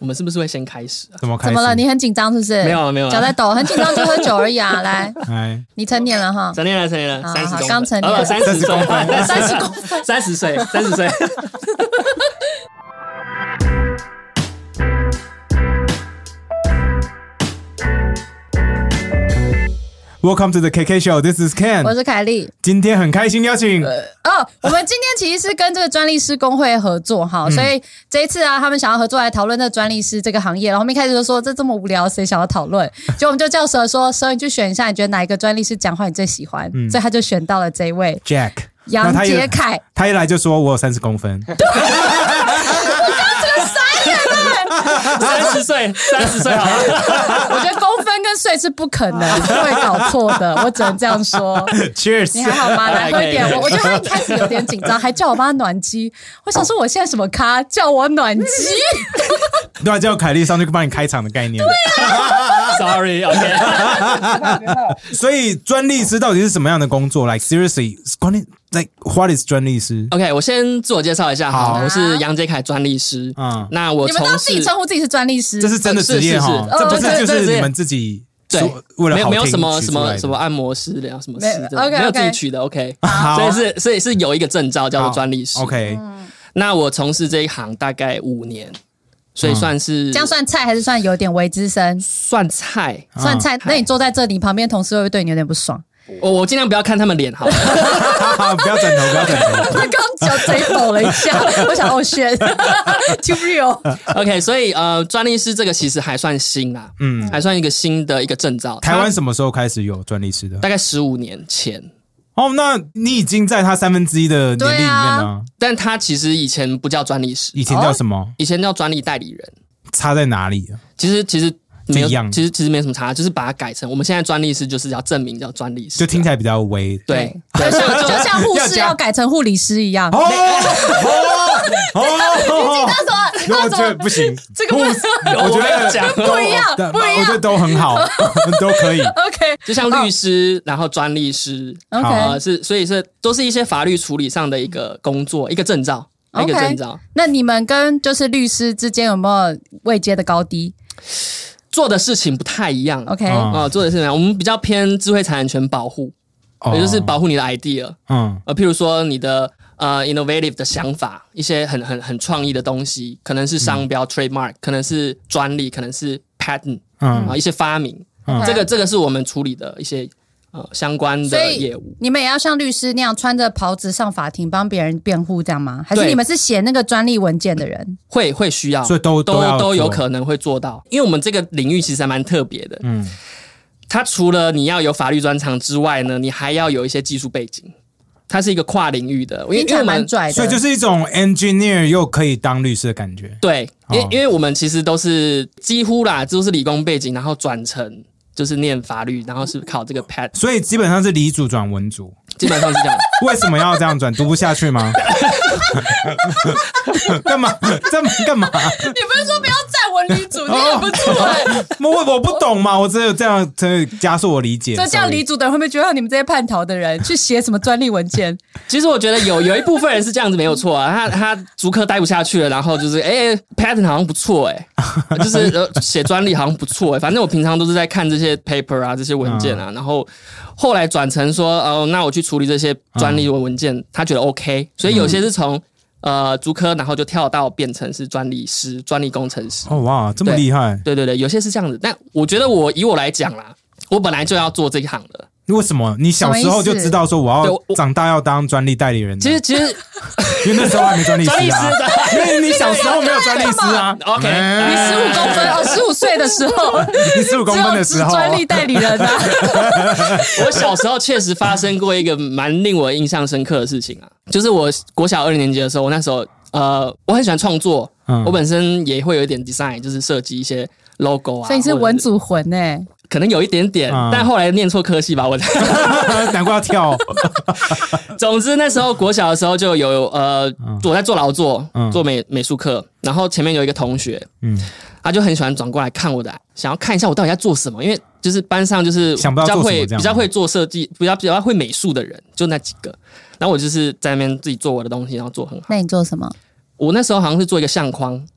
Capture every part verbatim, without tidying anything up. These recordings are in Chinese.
我们是不是会先开始啊？ 怎么开始？ 怎么了？你很紧张是不是？ 没有没有， 脚在抖，很紧张就喝酒而已啊。来，你成年了哈？ 成年了，成年了，三十， 刚成年， 三十公分， 三十公分， 三十岁，三十岁。 Welcome to the K K Show. This is Ken. 我是凯莉。 今天很开心邀请、呃、 哦，我们今天其实是跟这个专利师工会合作哈、嗯，所以这一次啊，他们想要合作来讨论这个专利师这个行业，然后我们一开始就说这这么无聊，谁想要讨论？结果我们就叫蛇说，蛇你去选一下，你觉得哪一个专利师讲话你最喜欢？嗯、所以他就选到了这一位 Jack 杨杰凯。 他一来就说我有三十公分。 三十岁，三十岁好了。 我觉得公分跟岁是不可能会搞错的，我只能这样说。 Cheers， 你还好吗？来喝一点。我我觉得他一开始有点紧张，还叫我帮他暖机。我想说我现在什么咖，叫我暖机？ 对啊，叫凯莉上去帮你开场的概念。 对啊 ，Sorry，OK。 所以专利师到底是什么样的工作 ？Like seriously， 关键 Like what is 专利师 ？OK， 我先自我介绍一下哈，我是杨杰凯专利师。嗯，那我你们都自己称呼自己是专利师， 这是真的职业哈，这不是就是你们自己对为了好听没有什么什么什么按摩师的什么师的， okay, 没有自己取的 OK， 所以是所以是有一个证照叫做专利师。 OK， 那我从事这一行大概五年。所以算是、 嗯、这样算菜还是算有点微资深？ 算菜， 算菜。那你坐在这里，旁边同事会不会对你有点不爽？ 我我尽量不要看他们脸好了。 不要转头，不要转头。 他刚脚贼抖了一下，我想哦 shit too real。OK， 所以呃，专利师这个其实还算新啦，嗯，还算一个新的一个证照。 台湾什么时候开始有专利师的？ 大概十五年前。 哦，那你已经在他三分之一的年龄里面了、啊。 但他其实以前不叫专利师， 以前叫什么？哦、 以前叫专利代理人。 差在哪里、啊？ 其实其实没有， 一样其实其实没什么差，就是把它改成我们现在专利师就是要证明叫专利师， 就听起来比较微。 对， 就像就像护士要改成护理师一样。哦哦哦！你紧张什么？ 我觉得不行， 这个不是， 我觉得讲不一样，不一样， 我觉得都很好，都可以。 OK， 就像律师，然后专利师 ，OK， 呃、是所以是都是一些法律处理上的一个工作，一个证照。一个证照。 Okay, 那你们跟就是律师之间有没有位阶的高低？ 做的事情不太一样。 OK， 啊、呃，做的事情我们比较偏智慧财产权保护，哦、也就是保护你的 idea。嗯，呃，譬如说你的呃 innovative 的想法，一些很很很创意的东西，可能是商标、嗯、trademark， 可能是专利，可能是 patent， 嗯，啊、呃，一些发明。嗯，这个这个是我们处理的一些。呃，相关的业务， 你们也要像律师那样穿着袍子上法庭帮别人辩护，这样吗？还是你们是写那个专利文件的人？ 会会需要， 所以都都都, 都有可能会做到，因为我们这个领域其实还蛮特别的。嗯，它除了你要有法律专长之外呢，你还要有一些技术背景，它是一个跨领域的，因为因为我们拽的， 所以就是一种 engineer 又可以当律师的感觉。 对，因为、哦、因为我们其实都是几乎啦，都是理工背景，然后转成。就是念法律，然后是考这个 patent， 所以基本上是理组转文组， 基本上是这样。 为什么要这样转？读不下去吗？干嘛？这干嘛？ 你不是说不要站文理组，你也不出来。 我我不懂嘛，我只有这样才加速我理解。 就这样，理组的人会不会觉得你们这些叛逃的人去写什么专利文件？ 其实我觉得有有一部分人是这样子没有错啊，他他竹科待不下去了，然后就是哎、欸、patent 好像不错哎、欸，就是写专利好像不错哎、欸，反正我平常都是在看这些。这些 paper 啊，这些文件啊，嗯、然后后来转成说，哦，那我去处理这些专利文件，嗯、他觉得 OK， 所以有些是从、嗯、呃竹科，然后就跳到变成是专利师、专利工程师。 哦哇，这么厉害！ 对对对，有些是这样子。但我觉得我以我来讲啦，我本来就要做这一行的。 为什么？你小时候就知道说我要长大要当专利代理人？ 其实其实， 因为那时候还没专利师啊。 专利师的， 因为你小时候没有专利师啊。 OK， 你十五公分哦，十五岁的时候， 你十五公分的时候， 专利代理人啊。 我小时候确实发生过一个蛮令我印象深刻的事情啊，就是我国小二年级的时候，我那时候呃，我很喜欢创作，嗯、我本身也会有一点 design， 就是设计一些 logo 啊。 所以你是文组魂哎、欸。 可能有一点点，嗯、但后来念错科系吧，我难怪要跳。 总之那时候国小的时候就有呃，嗯、我在做劳作，嗯、做美美术课，然后前面有一个同学，嗯，他就很喜欢转过来看我的，想要看一下我到底在做什么，因为就是班上就是比较会比较会做设计，比较比较会美术的人，就那几个。然后我就是在那边自己做我的东西，然后做很好。 那你做什么？ 我那时候好像是做一个相框，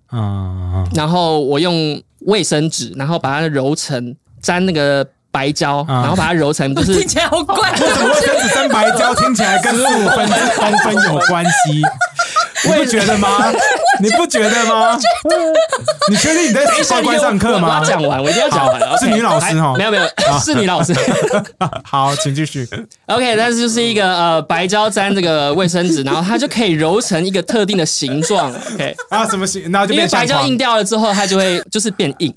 嗯，然后我用卫生纸，然后把它揉成沾那个白胶，嗯、然后把它揉成就是听起来好怪。 为什么卫生纸沾白胶听起来跟十五分公分有关系？你不觉得吗？你不觉得吗？你确定你在乖乖上课吗？ 我要讲完，我一定要讲完。Okay, 是女老师哈？ 没有没有，是女老师。 好，请继续。 OK， 但是就是一个呃白胶沾这个卫生纸，然后它就可以揉成一个特定的形状。OK， 啊，什么形？然后就变因为白胶硬掉了之后，它就会就是变硬。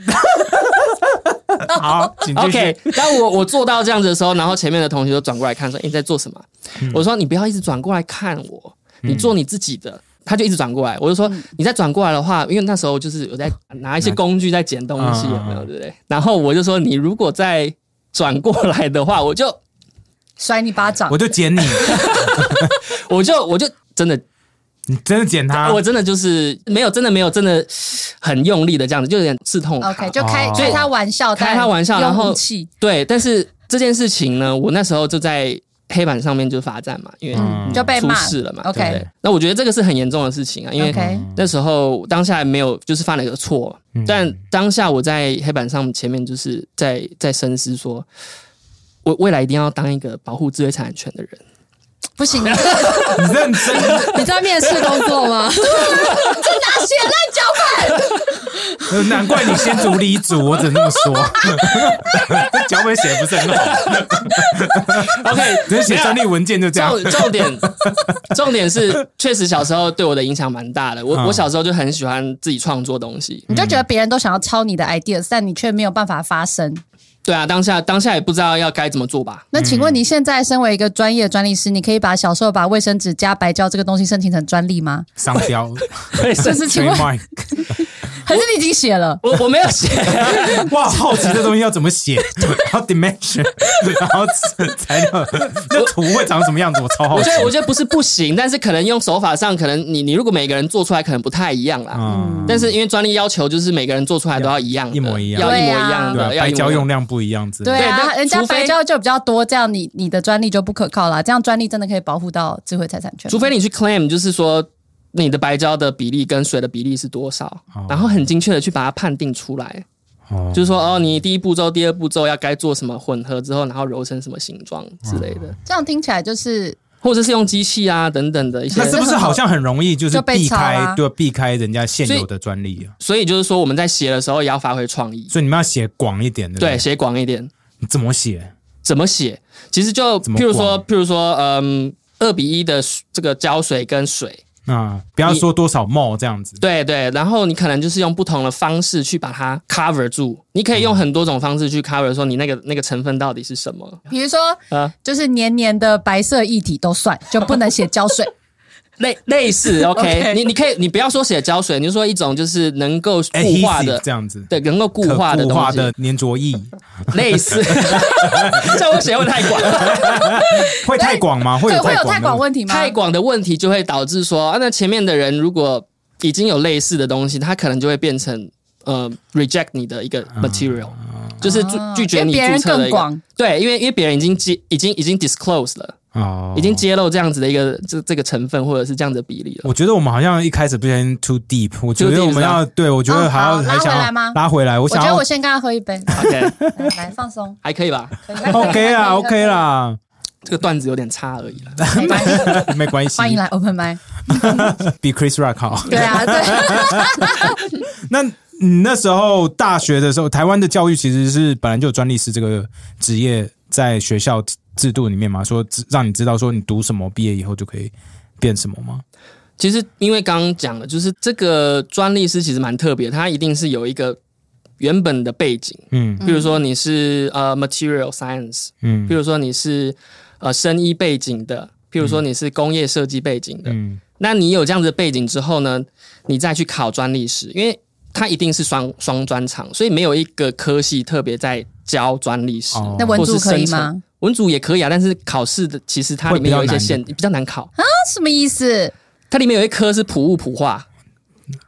好，请继续。 OK， 当我我做到这样子的时候，然后前面的同学都转过来看说：“欸、你在做什么？”嗯、我说：“你不要一直转过来看我。”你做你自己的，嗯、他就一直转过来。我就说，嗯、你再转过来的话，因为那时候就是有在拿一些工具在捡东西，有没有？对不对？然后我就说，你如果再转过来的话，我就甩你巴掌， 我就捡你， 我就我就真的， 你真的捡他？ 我真的就是没有，真的没有，真的很用力的这样子，就有点刺痛。 OK， 就开、哦、开他玩笑， 开他玩笑，然后对，但是这件事情呢，我那时候就在。黑板上面就罚站嘛，因为就被骂出事了嘛。 OK， 对对，那我觉得这个是很严重的事情啊，因为那时候当下没有就是犯了一个错，嗯、但当下我在黑板上前面就是在在深思说，我未来一定要当一个保护智慧财产权的人。 不行，你认真？ 你在面试工作吗？ 这哪写烂脚本？难怪你先组理组，我只能这么说。这脚本写的不是很好。 OK， 只是写专利文件就这样。 重重点，重点是，确实小时候对我的影响蛮大的。我、嗯、我小时候就很喜欢自己创作东西， 你就觉得别人都想要抄你的 ideas， 但你却没有办法发声。 对啊，当下当下也不知道要该怎么做吧。 那请问你现在身为一个专业专利师，你可以把小时候把卫生纸加白胶这个东西申请成专利吗？ 商标， 就是请问，还是你已经写了？ 我我没有写。 哇，好奇这东西要怎么写？然后 dimension， 然后材料，那图会长什么样子？我超好奇。 我觉得我觉得不是不行，但是可能用手法上，可能你你如果每个人做出来可能不太一样啦。嗯。但是因为专利要求就是每个人做出来都要一样的， 一模一样， 要一模一样的， 对啊，白胶用量不一样之类的。 对啊，人家白胶就比较多，这样你你的专利就不可靠啦。这样专利真的可以保护到智慧财产权。 除非你去 claim， 就是说你的白胶的比例跟水的比例是多少，哦、然后很精确的去把它判定出来。哦、就是说哦，你第一步骤、第二步骤要该做什么混合之后，然后揉成什么形状之类的。 这样听起来就是。 或者是用机器啊等等的一些， 那是不是好像很容易就是避开、啊、对避开人家现有的专利啊？ 所以就是说我们在写的时候也要发挥创意， 所以你们要写广一点的。 对，写广一点。 你怎么写？ 怎么写？其实就譬如说，譬如说，嗯，二比一的这个胶水跟水。 啊、嗯，不要说多少 mol 这样子。 对对，然后你可能就是用不同的方式去把它 cover 住。你可以用很多种方式去 cover， 说你那个那个成分到底是什么。 比如说，呃，就是黏黏的白色液体都算，就不能写胶水。 类类似 ，OK，, okay. 你你可以，你不要说写胶水，你就说一种就是能够固化的这样子， 对，能够固化的东西， 固化的粘着液， 类似。这样我写会太广， 会太广吗？会有会有太广问题吗？ 太广的问题就会导致说，啊，那前面的人如果已经有类似的东西，他可能就会变成呃 reject 你的一个 material，、嗯、就是拒绝你注册的一个。对，因为因为别人已经接已经已经 disclose 了。哦，已经揭露这样子的一个这这个成分或者是这样的比例了。 我觉得我们好像一开始不小心 too deep， 我觉得我们要对我觉得还要、哦、还想要拉回来吗？ 拉回来，我想我觉得我先跟他喝一杯。 OK， 来, 来放松， 还可以吧 ？OK 啦 ，OK 啦， 这个段子有点差而已啦， 没关系， 没关系。 欢迎来 Open Mic， 比 Chris Rock 好。 对啊，对。 那你那时候大学的时候，台湾的教育其实是本来就有专利师这个职业在学校制度里面嘛，说让你知道说你读什么，毕业以后就可以变什么吗？ 其实因为刚刚讲了，就是这个专利师其实蛮特别，他一定是有一个原本的背景，嗯，比如说你是呃 material science， 嗯，比如说你是呃生医背景的，譬如说你是工业设计背景的，嗯，那你有这样子的背景之后呢，你再去考专利师，因为它一定是双双专长，所以没有一个科系特别在教专利师。 那文组可以吗？ 文组也可以啊，但是考试的其实它里面有一些限，比较难考啊。什么意思？ 它里面有一科是普物普化，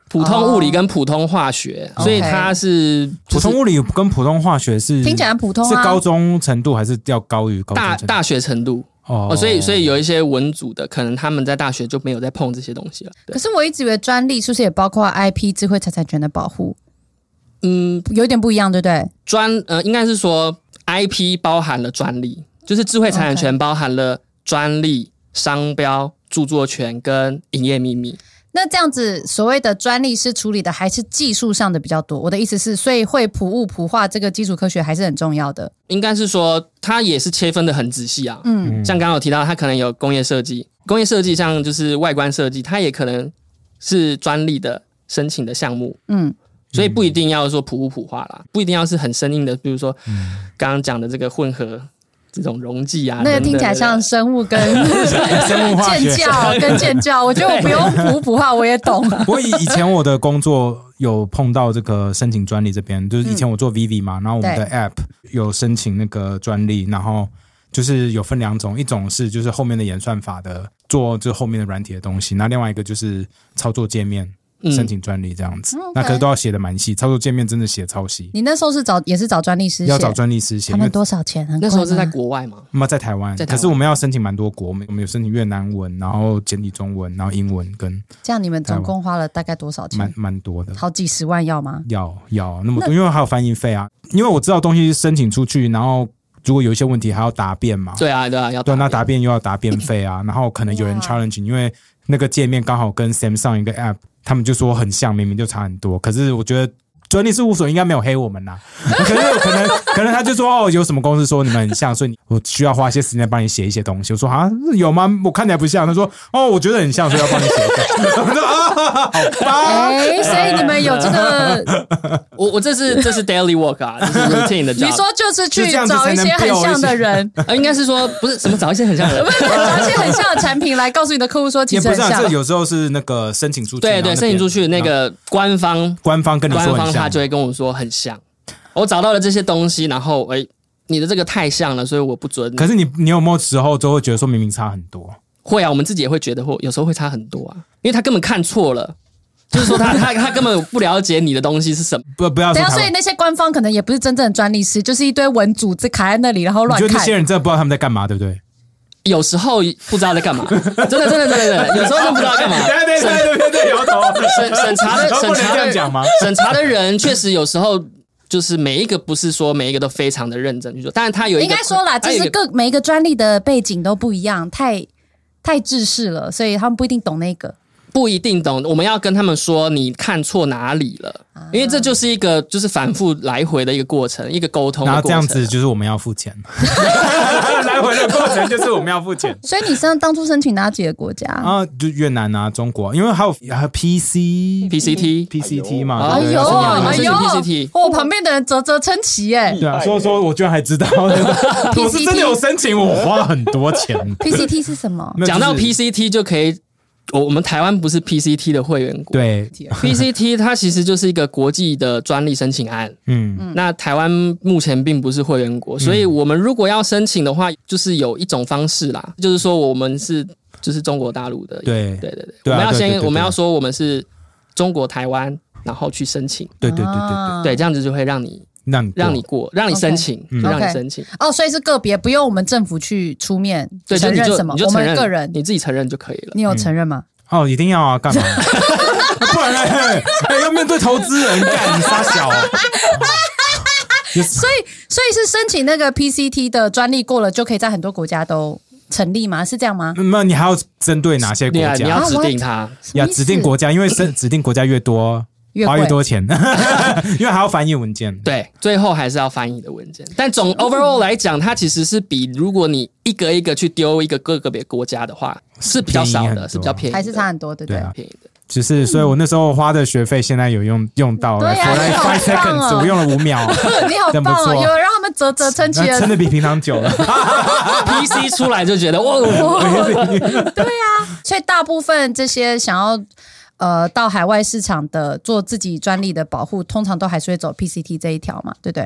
普通物理跟普通化学， 哦、 所以它是、就是、 普通物理跟普通化学是听起来普通、啊、 是高中程度还是要高于高中程度？ 大大学程度。哦，所以所以有一些文组的，可能他们在大学就没有在碰这些东西了。 可是我一直以为专利是不是也包括 I P 智慧财产权的保护？嗯，有点不一样，对不对？ 专呃，应该是说 I P 包含了专利，就是智慧财产权包含了专利、商标、著作权跟营业秘密。 那这样子，所谓的专利是处理的还是技术上的比较多？我的意思是，所以会普物普化这个基础科学还是很重要的。 应该是说，它也是切分的很仔细啊。嗯，像刚刚有提到，它可能有工业设计，工业设计像就是外观设计，它也可能是专利的申请的项目。嗯，所以不一定要说普物普化啦，不一定要是很生硬的，比如说刚刚讲的这个混合。这种溶剂啊， 那个听起来像生物跟生物化学建教跟建教，我觉得我不用普普化我也懂。 我以以前我的工作有碰到这个申请专利这边，就是以前我做 Vivi 嘛，然后我们的 App 有申请那个专利，然后就是有分两种，一种是就是后面的演算法的做这后面的软体的东西，那另外一个就是操作界面。申请专利这样子、嗯、那可是都要写的蛮细，操作界面真的写超细。 你那时候是找也是找专利师写？ 要找专利师写。 他们多少钱？ 那时候是在国外吗？ 那么在台湾，可是我们要申请蛮多国，我们有申请越南文，然后简体中文，然后英文跟。 这样你们总共花了大概多少钱？ 蛮蛮多的， 好几十万要吗？ 要要那么多，因为还有翻译费啊。因为我知道东西申请出去，然后如果有一些问题还要答辩嘛。 对啊对啊，要答辩。 对，那答辩又要答辩费啊，然后可能有人 challenge， 因为那个界面刚好跟 Samsung 一个 app。他们就说很像，明明就差很多。可是我觉得专利事务所应该没有黑我们啦，可是可能可能他就说哦，有什么公司说你们很像，所以我需要花一些时间帮你写一些东西。我说啊，有吗？我看起来不像。他说哦，我觉得很像，所以要帮你写一下。我说啊，好吧。 哎，所以你们有这个， 我我这是这是 daily work 啊，这是 routine 的 job。 你说就是去找一些很像的人， 啊，应该是说不是什么找一些很像的人， 找一些很像的产品来告诉你的客户说，其实很像。 也不是、啊，这有时候是那个申请出去， 对对，申请出去那个官方官方跟你说很像， 官方他就会跟我说很像。我找到了这些东西，然后哎，你的这个太像了，所以我不准。 可是你你有没有时候就会觉得说明明差很多？ 会啊，我们自己也会觉得会有时候会差很多啊，因为他根本看错了。就是说他他他根本不了解你的东西是什么， 不不要说。 等一下，所以那些官方可能也不是真正的专利师，就是一堆文组字卡在那里，然后乱看。 你觉得那些人真的不知道他们在干嘛，对不对？ 有时候不知道在干嘛，真的真的真的真的，有时候就不知道干嘛。 对对对对对，摇头。 审审查的审查的讲吗？ 审查的人确实有时候就是每一个不是说每一个都非常的认真去做，但是他有一个应该说啦，就是各每一个专利的背景都不一样，太太制式了，所以他们不一定懂那个。 不一定懂，我们要跟他们说你看错哪里了，因为这就是一个就是反复来回的一个过程，一个沟通的过程。 然后这样子就是我们要付钱，来回的过程就是我们要付钱。 所以你是当初申请哪几个国家啊？就越南啊、中国，因为还有还有 P C P C T P C T 嘛。 哎呦哎呦 P C T， 我旁边的人啧啧称奇哎。 对啊，所以说我居然还知道，我是真的有申请，我花很多钱。 P C T 是什么？ 讲到 P C T 就可以。我们台湾不是 P C T 的会员国， 对 ，P C T 它其实就是一个国际的专利申请案，嗯，那台湾目前并不是会员国，所以我们如果要申请的话，就是有一种方式啦，就是说我们是就是中国大陆的， 对对对对，我们要先我们要说我们是中国台湾，然后去申请， 对对对对对， 对，这样子就会让你。让你让你过，让你申请，就让你申请。 哦，所以是个别，不用我们政府去出面承认什么，我们个人你自己承认就可以了。 你有承认吗？ 哦，一定要啊，干嘛？不然哎，要面对投资人，干你傻小。 所以，所以是申请那个 P C T 的专利过了，就可以在很多国家都成立吗？是这样吗？ 那你还要针对哪些国家？ 你要指定它， 要指定国家，因为指定国家越多。花越多钱，因为还要翻译文件。 对，最后还是要翻译的文件。但总 overall 来讲，它其实是比如果你一个一个去丢一个个个别国家的话，是比较少的，是比较便宜的， 还是差很多，对不对？ 便宜的。只是，所以我那时候花的学费现在有用用到了，我来 five seconds， 我用了五秒， 你好棒哦！有让他们啧啧称奇， 撑得比平常久了。 P C 出来就觉得哇， 对啊，所以大部分这些想要。呃，到海外市场的做自己专利的保护，通常都还是会走 P C T 这一条嘛，对不对？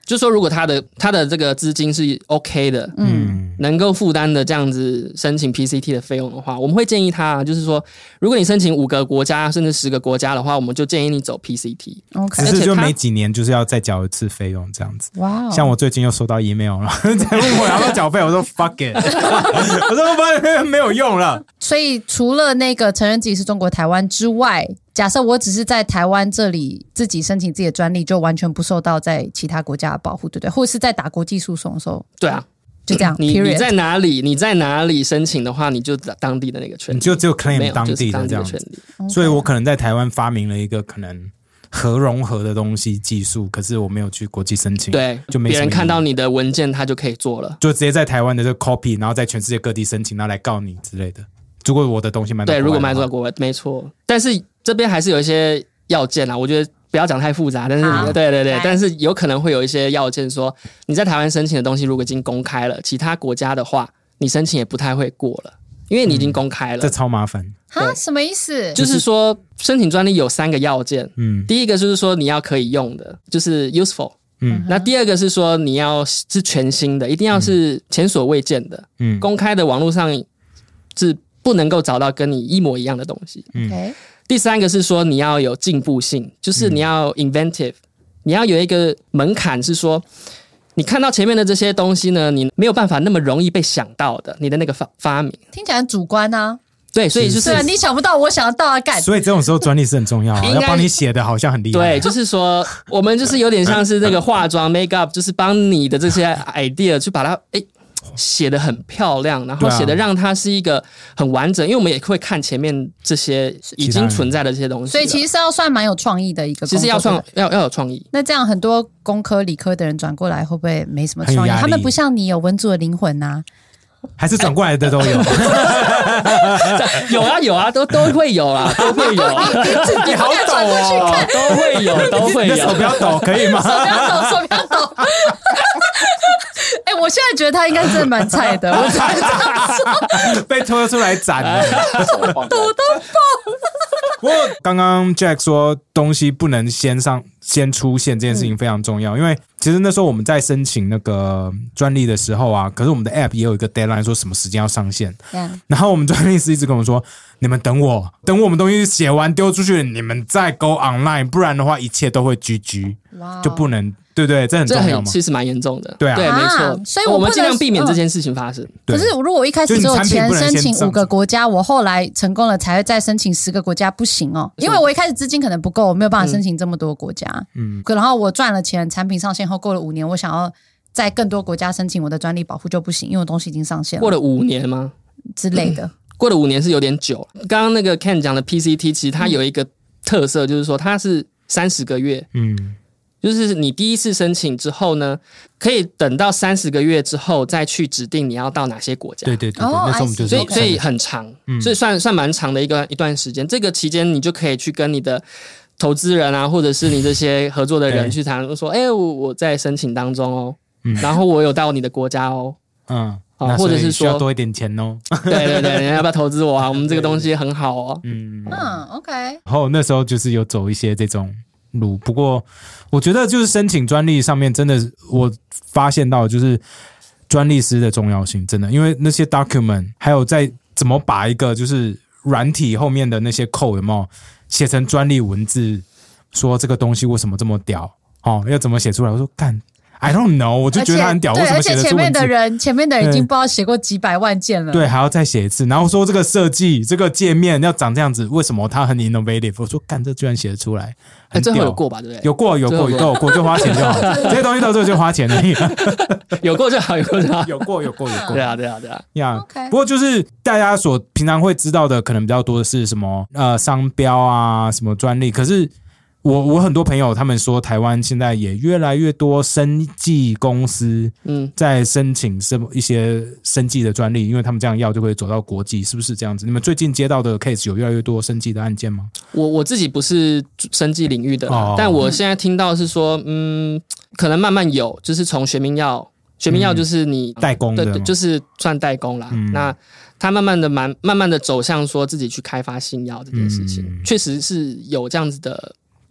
就说如果他的他的这个资金是 OK 的，嗯，能够负担的这样子申请 P C T 的费用的话，我们会建议他，就是说，如果你申请五个国家甚至十个国家的话，我们就建议你走 P C T。OK， 只是就每几年就是要再缴一次费用这样子。 哇、wow ， 像我最近又收到 email 了，在问我要不要缴费，我说 fuck it， 我说我没有用了。 所以除了那个承认自己是中国台湾之外，假设我只是在台湾这里自己申请自己的专利，就完全不受到在其他国家的保护，对不对？或者是在打国际诉讼的时候， 对啊， 就这样。 你你在哪里，你在哪里申请的话，你就当地的那个权利， 你就只有 claim 当地的这样子。所以我可能在台湾发明了一个可能核融合的东西技术，可是我没有去国际申请， 对， 就没别人看到你的文件，他就可以做了， 就直接在台湾的这个 copy， 然后在全世界各地申请，然后来告你之类的。如果我的东西卖到国外， 对，如果卖到国外，没错。但是这边还是有一些要件啦，我觉得不要讲太复杂，但是你对对对，但是有可能会有一些要件说，你在台湾申请的东西如果已经公开了，其他国家的话，你申请也不太会过了，因为你已经公开了，嗯、 这超麻烦。 哈，什么意思？ 就是说申请专利有三个要件，嗯，第一个就是说你要可以用的，就是 useful。嗯，那第二个是说你要是全新的，一定要是前所未见的，嗯，公开的网络上是不能够找到跟你一模一样的东西。 嗯， 第三个是说你要有进步性，就是你要 inventive，、嗯、你要有一个门槛是说，你看到前面的这些东西呢，你没有办法那么容易被想到的，你的那个 发, 发明听起来很主观啊。 对，所以就是对、啊、你想不到，我想得到啊，干。 所以这种时候专利是很重要、啊，要帮你写的好像很厉害。 对，就是说我们就是有点像是那个化妆 make up， 就是帮你的这些 idea 去把它诶写得很漂亮，然后写得让它是一个很完整，因为我们也会看前面这些已经存在的这些东西， 所以其实是要算蛮有创意的一个工作， 其实要创要要有创意。 那这样很多工科理科的人转过来会不会没什么创意？他们不像你有文组的灵魂啊。 还是转过来的都有， 有啊有啊，都都会有啦，都会有。 你好抖哦， 都会有，都会有。 手不要抖，可以吗？ 手不要抖，手不要抖。哎、欸，我现在觉得他应该真的蛮菜的，我才这样说。 被拖出来斩了， 抖到爆。 不过刚刚 Jack 说东西不能先上先出现这件事情非常重要，嗯、因为其实那时候我们在申请那个专利的时候啊，可是我们的 App 也有一个 deadline 说什么时间要上线，嗯、然后我们专利师一直跟我说，你们等我，等我们东西写完丢出去，你们再 go online， 不然的话一切都会 G G， 就不能。对不对？这很重要吗？ 这其实蛮严重的。 对啊， 对，没错。 所以我们尽量避免这件事情发生。 嗯、可是如果我一开始只有钱申请五个国家，我后来成功了才会再申请十个国家，不行哦，因为我一开始资金可能不够，我没有办法申请这么多国家。嗯，然后我赚了钱，产品上线后过了五年，我想要在更多国家申请我的专利保护就不行，因为我东西已经上线了。 过了五年吗？ 之类的。嗯、 过了五年是有点久。刚刚那个 Ken 讲的 P C T， 其实它有一个特色，就是说它是三十个月。嗯。就是你第一次申请之后呢，可以等到三十个月之后再去指定你要到哪些国家。 对对对， oh, 那时候我们就所以所以很长，嗯、所以算算蛮长的一个一段时间。这个期间你就可以去跟你的投资人啊，或者是你这些合作的人去谈论说，哎、欸，我我在申请当中哦，嗯、然后我有到你的国家哦， 嗯。啊、或者是说需要多一点钱哦， 对对对，你要不要投资我啊？我们这个东西很好哦。 嗯嗯 ，OK。然后那时候就是有走一些这种路，不过我觉得就是申请专利上面真的，我发现到就是专利师的重要性，真的，因为那些 document 还有在怎么把一个就是软体后面的那些 code 有没有写成专利文字，说这个东西为什么这么屌哦，要怎么写出来？我说干。I don't know， 我就觉得他很屌，为什么写得出文字？ 而且前面的人，前面的人已经不知道写过几百万件了。 对，还要再写一次，然后说这个设计、这个界面要长这样子，为什么他很 innovative？ 我说，干，这居然写得出来， 哎，最后有过吧？对不对？ 有过，有过，有过，有过就花钱就好，这些东西到最后就花钱而已。 有过就好，有过就好， 有过，有过，有过。 对啊，对啊，对啊。 呀、yeah, ，不过就是大家所平常会知道的，可能比较多的是什么呃商标啊，什么专利，可是。我我很多朋友他们说，台湾现在也越来越多生技公司在申请什么一些生技的专利，因为他们这样要就会走到国际，是不是这样子？你们最近接到的 case 有越来越多生技的案件吗？我我自己不是生技领域的，哦、但我现在听到是说，嗯，可能慢慢有，就是从学名药，学名药就是你、 嗯、代工的， 对，就是算代工啦。嗯、那他慢慢的慢慢慢的走向说自己去开发新药这件事情，确、嗯、实是有这样子的。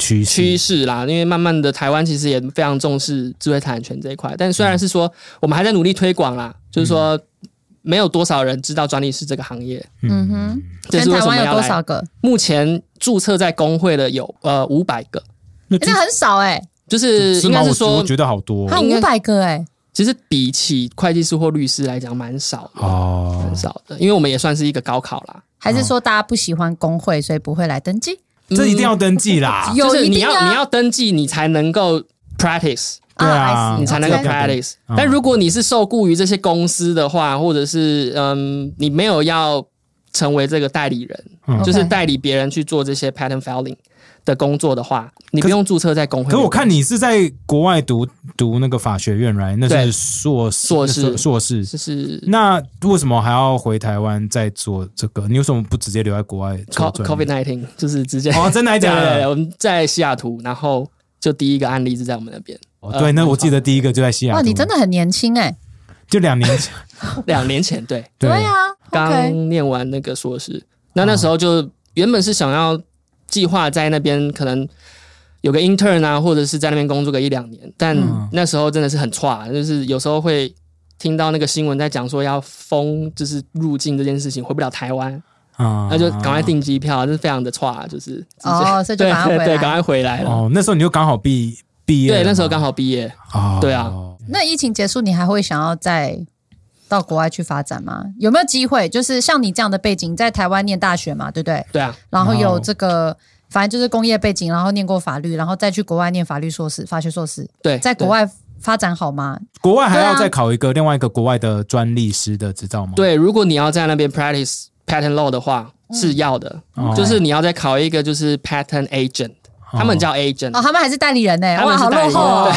趋势趋势啦，因为慢慢的台湾其实也非常重视智慧财产权这一块，但虽然是说我们还在努力推广啦，就是说没有多少人知道专利师这个行业。 嗯哼， 这是为什么要来全台湾有多少个？ 目前注册在工会的有呃五百个， 欸那很少哎、欸， 就是应该是说， 我觉得好多、 他五百个哎、欸， 其实比起会计师或律师来讲，蛮少的哦，蛮少的，因为我们也算是一个高考啦。 还是说大家不喜欢工会，所以不会来登记？ 这一定要登记啦， 有就是你一定啊要你要登记，你才能够 practice。 对啊， 你才能够 practice。但如果你是受雇于这些公司的话，或者是嗯，你没有要成为这个代理人， 嗯、 就是代理别人去做这些 patent filing 的工作的话，你不用注册在工会。 可是我看你是在国外读读那个法学院 ，right？ 那是硕士， 硕士， 硕士。 就是那为什么还要回台湾再做这个？你为什么不直接留在国外做 ？COVID 十九 就是直接哦，真的还假的？ 对对对，我们在西雅图，然后就第一个案例是在我们那边。 哦，对，那我记得第一个就在西雅图。 哇，你真的很年轻哎、欸！ 就两年前， 两年前，对对啊， 刚念完那个硕士，那那时候就原本是想要计划在那边可能有个 intern 啊，或者是在那边工作个一两年，但那时候真的是很差，就是有时候会听到那个新闻在讲说要封，就是入境这件事情回不了台湾。啊、那就赶快订机票，就是非常的差，就是哦，所以就赶快回来， 对对，赶快回来了。 哦，那时候你就刚好毕毕业， 对，那时候刚好毕业。哦，对啊。 那疫情结束，你还会想要再到国外去发展吗？有没有机会？就是像你这样的背景，在台湾念大学嘛，对不对？ 对啊。 然后有这个，反正就是工业背景，然后念过法律，然后再去国外念法律硕士、法学硕士。 对， 在国外发展好吗？ 国外还要再考一个、啊、另外一个国外的专利师的执照吗？ 对，如果你要在那边 practice patent law 的话。是要的、嗯，就是你要再考一个就是 patent agent，、哦、他们叫 agent， 哦，他们还是代理人呢、欸，哇，好落后哦。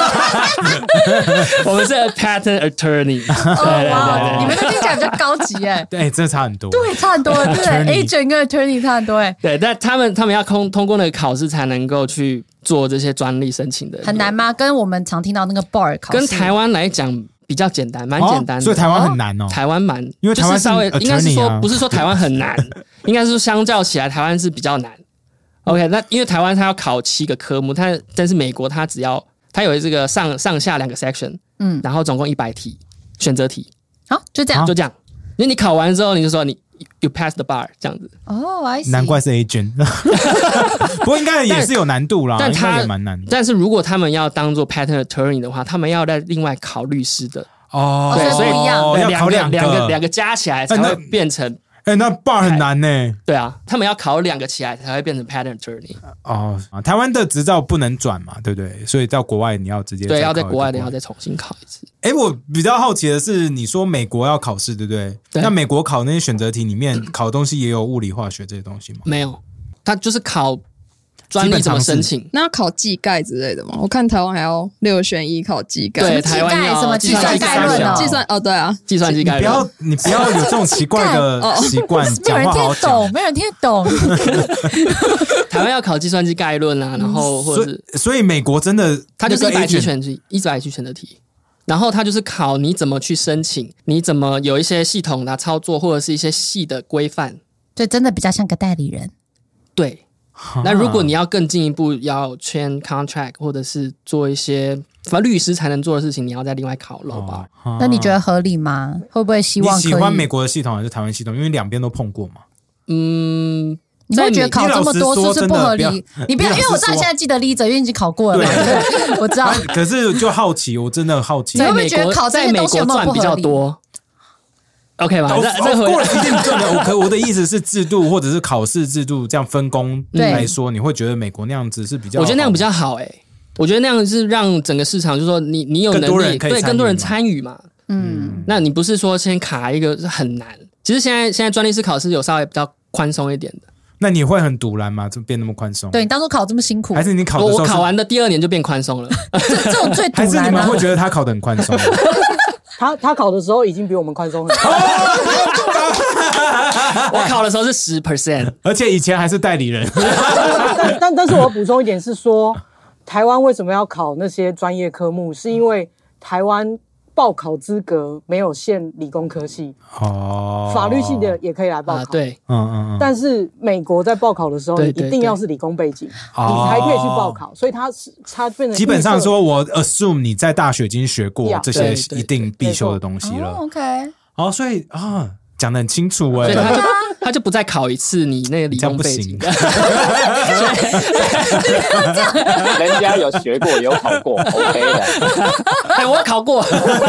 我们是 patent attorney， 哦哇，你们的听起来比较高级哎、欸， 对，这差很多， 对，差很多，对 ，agent 跟 attorney 差很多哎、欸， 对，但他们他们要通通过那个考试才能够去做这些专利申请的， 很难吗？跟我们常听到那个 bar 考试， 跟台湾来讲。比较简单，蛮简单的、 哦，所以台湾很难哦。 台湾蛮， 因为台湾、 就是、稍微应该是说， 啊、 不是说台湾很难，应该是说相较起来，台湾是比较难。OK， 那因为台湾它要考七个科目，它但是美国它只要它有这个上上下两个 section， 嗯，然后总共一百题选择题， 好，就这样， 就这样。因为你考完之后，你就说你 you pass the bar 这样子。 哦、oh, 难怪是 agent， 不过应该也是有难度啦， 但他也蛮难的。 但是如果他们要当做 patent attorney 的话，他们要再另外考律师的哦， 对，所以不一样， 要考两个两个两个加起来才会变成。 哎、欸，那 bar 很难呢、欸。 对啊，他们要考两个起来才会变成 patent attorney。 哦，台湾的执照不能转嘛，对不对？所以到国外你要直接对，要在国外的要再重新考一次。 哎、欸，我比较好奇的是，你说美国要考试，对不对？对。那美国考那些选择题里面考的东西也有物理、化学这些东西吗？ 没有，他就是考专利怎么申请。 那要考技概之类的吗？我看台湾还要六选一考技概。 对，台湾要什么计算概论哦， 计算哦，对啊， 计算机概论。 你不要，你不要有这种奇怪的习惯，讲话好好讲。 没人听得懂，没人听得懂。 台湾要考计算机概论啊，然后或者是， 所以，所以美国真的， 它就是一百题选题，一百题选择题。然后它就是考你怎么去申请，你怎么有一些系统的操作，或者是一些细的规范。 对，真的比较像个代理人。 对。那如果你要更进一步，要签 contract 或者是做一些反正律师才能做的事情，你要再另外考 law bar。 哦、 那你觉得合理吗？会不会希望可以？ 你喜欢美国的系统还是台湾系统？因为两边都碰过嘛。 嗯， 你会觉得考这么多是不是不合理？你不要，因为我知道你现在记得例子，因为已经考过了嘛。我知道。 可是就好奇，我真的好奇， 你会不会觉得考这些东西有没有不合理 ？OK 吧， 这过了一定准的。我可我的意思是制度或者是考试制度这样分工来说，你会觉得美国那样子是比较好？ 我觉得那样比较好哎、欸，我觉得那样是让整个市场，就是说你你有能力，对更多人参与嘛。嗯，那你不是说先卡一个是很难？其实现在现在专利师考试有稍微比较宽松一点的。 那你会很堵拦吗？就变那么宽松？ 对你当初考这么辛苦， 还是你考的时候我考完的第二年就变宽松了？ 这这种最堵拦、啊、 还是你们会觉得他考得很宽松？ 他他考的时候已经比我们宽松很多。 我考的时候是十 percent， 而且以前还是代理人。 但但但是我要补充一点是说，台湾为什么要考那些专业科目？是因为台湾报考资格没有限理工科系， 哦， 法律系的也可以来报考。 啊，对， 嗯嗯嗯， 但是美国在报考的时候，你对对一定要是理工背景， 哦你才可以去报考。所以它是它变成基本上说，我 assume 你在大学已经学过 Yeah， 这些对对一定必修的东西了。 哦，OK， 哦，所以啊，讲得很清楚哎、 所以他就他就不再考一次你那个理工背景， 人家有学过有考过 OK 的。 哎，我考过。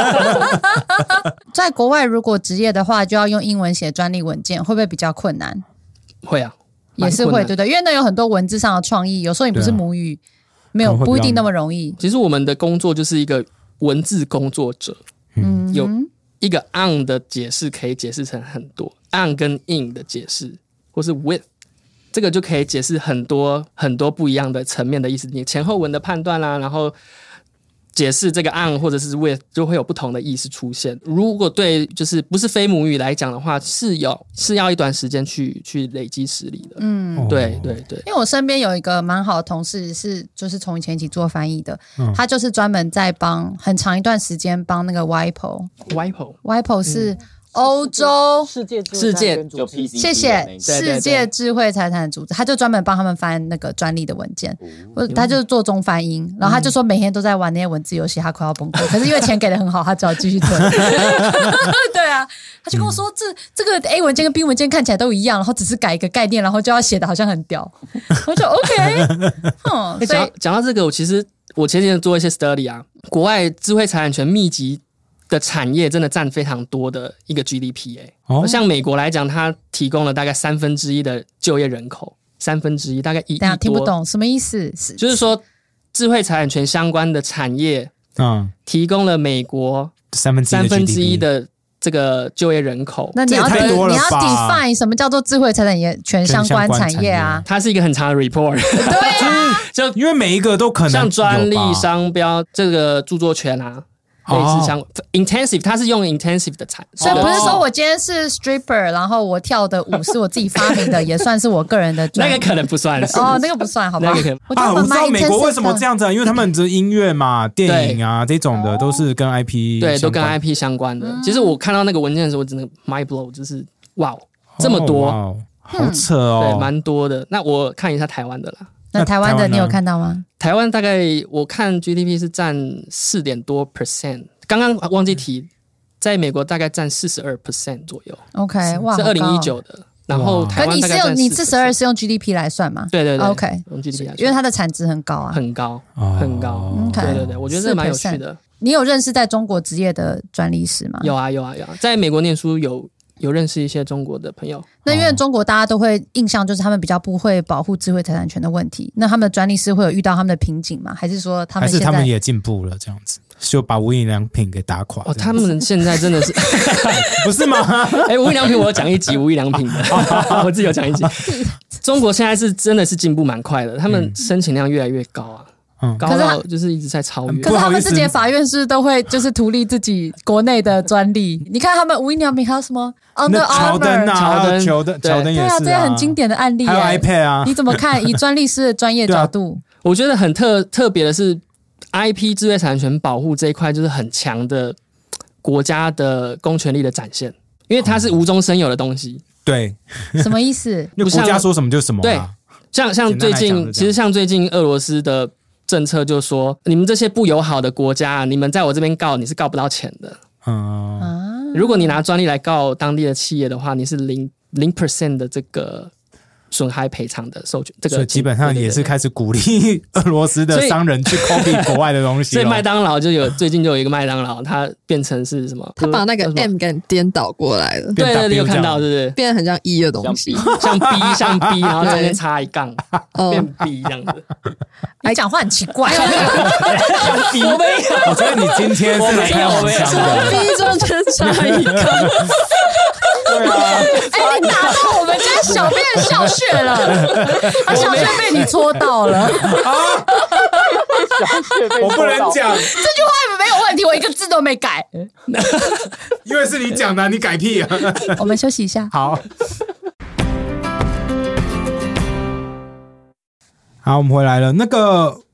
在国外如果职业的话，就要用英文写专利文件，会不会比较困难？ 会啊， 也是会， 蛮困难对不对？因为那有很多文字上的创意，有时候你不是母语，没有可能会比较不一定那么容易。 其实我们的工作就是一个文字工作者， 嗯， 有一个 on 的解释可以解释成很多 on 跟 in 的解释，或是 with， 这个就可以解释很多很多不一样的层面的意思。你前后文的判断啦、啊，然后解释这个 on 或者是 with 就会有不同的意思出现。如果对就是不是非母语来讲的话，是有是要一段时间去去累积实力的。 嗯， 对对对。 因为我身边有一个蛮好的同事是，就是从以前一起做翻译的， 嗯他就是专门在帮很长一段时间帮那个 W I P O，W W I P O I P O 是欧洲。 世界世界就 P C 谢谢世界对智慧财产组织，他就专门帮他们翻那个专利的文件， 哦他就是做中翻英，然后他就说每天都在玩那些文字游戏，他快要崩溃。可是因为钱给的很好，他只好继续做。对啊，他就跟我说，这这个 A 文件跟 B 文件看起来都一样，然后只是改一个概念，然后就要写的好像很屌，我就 OK。嗯， 欸、 所以讲讲到这个，我其实我前几天做一些 study 啊，国外智慧财产权密集的产业真的占非常多的一个 G D P 哎、欸哦像美国来讲，它提供了大概三分之一的就业人口，三分之一大概一亿多， 等一下听不懂什么意思？是就是说智慧财产权相关的产业嗯， 提供了美国三分之一的三分之 G D P 一的这个就业人口。 那你要这也太多了你要吧 define 什么叫做智慧财产权相关产业啊？ 它是一个很长的 report， 对啊， 就因为每一个都可能像专利有吧、 商标、这个著作权啊，类似相、intensive， 它是用 intensive 的产， 所以不是说我今天是 stripper， 然后我跳的舞是我自己发明的，也算是我个人的专利。 那个可能不算是哦，那个不算，好吧？ 那个可能啊， 我觉得蛮我知道美国为什么 intensive 的这样子、啊，因为他们这音乐嘛、电影啊这种的都是跟 I P 对，都跟相关 I P 相关的。其实我看到那个文件的时候，我真的 mind blow，就是哇，这么多， 哦哇哦好扯哦， 对，蛮多的。那我看一下台湾的啦。 那台湾那台湾呢的你有看到吗？ 台湾大概我看 G D P 是占四点多 percent， 刚刚忘记提，在美国大概占四十二 percent 左右， OK， 哇， 是二零一九好高。 的。然后台湾可你是大概占用你四十二 40% 是用 G D P 来算吗？ 对对对 OK 用 G D P 来算， 因为它的产值很高啊。 很高哦很高。 OK 对对对，我觉得这蛮有趣的。 你有认识在中国职业的专利师吗？ 有啊有啊有啊，在美国念书有有认识一些中国的朋友。 那因为中国大家都会印象就是他们比较不会保护智慧财产权的问题，那他们的专利师会有遇到他们的瓶颈吗？还是说他还是他们们现在也进步了这样子，就把无印良品给打垮哦，他们现在真的是不是吗？ 哎，无印良品我有讲一集无印良品的，我自己有讲一集。中国现在是真的是进步蛮快的，他们申请量越来越高啊。 嗯高到就是一直在超越。 可是他们自己的法院是都会就是图利自己国内的专利。你看他们无印良品还有什么 Under 乔登 Armour， 啊，还有乔登，乔登也是啊， 对啊，这些很经典的案例。 还有 iPad 啊， 你怎么看？以专利师的专业角度， 我觉得很特特别的是 I P 智慧财产权保护这一块，就是很强的国家的公权力的展现，因为它是无中生有的东西。 对， 什么意思？ 因为国家说什么就什么对啦。 像像最近，其实像最近俄罗斯的政策就说，你们这些不友好的国家，你们在我这边告，你是告不到钱的。 嗯， 啊， 如果你拿专利来告当地的企业的话，你是零零 percent 的这个损害赔偿的授权。这个所以基本上也是开始鼓励俄罗斯的商人去 copy 国外的东西。 所以麦当劳就有最近就有一个麦当劳，它变成是什么？ 他把那个 M 给颠倒过来了， 对对，你有看到是不是？ 变得很像一的东西， 像 B 像 B， 然后中间插一杠， 哦变 B 这样子。 你讲话很奇怪。 我没有， 我觉得你今天是来开黄腔的。 B 中间插一个， 对啊， 哎，你打到我们家小编的小穴了，他小穴被你戳到了。 我不能讲， 这句话没有问题，我一个字都没改。 因为是你讲的，你改屁啊！ 我们休息一下。 好。好，我们回来了。那个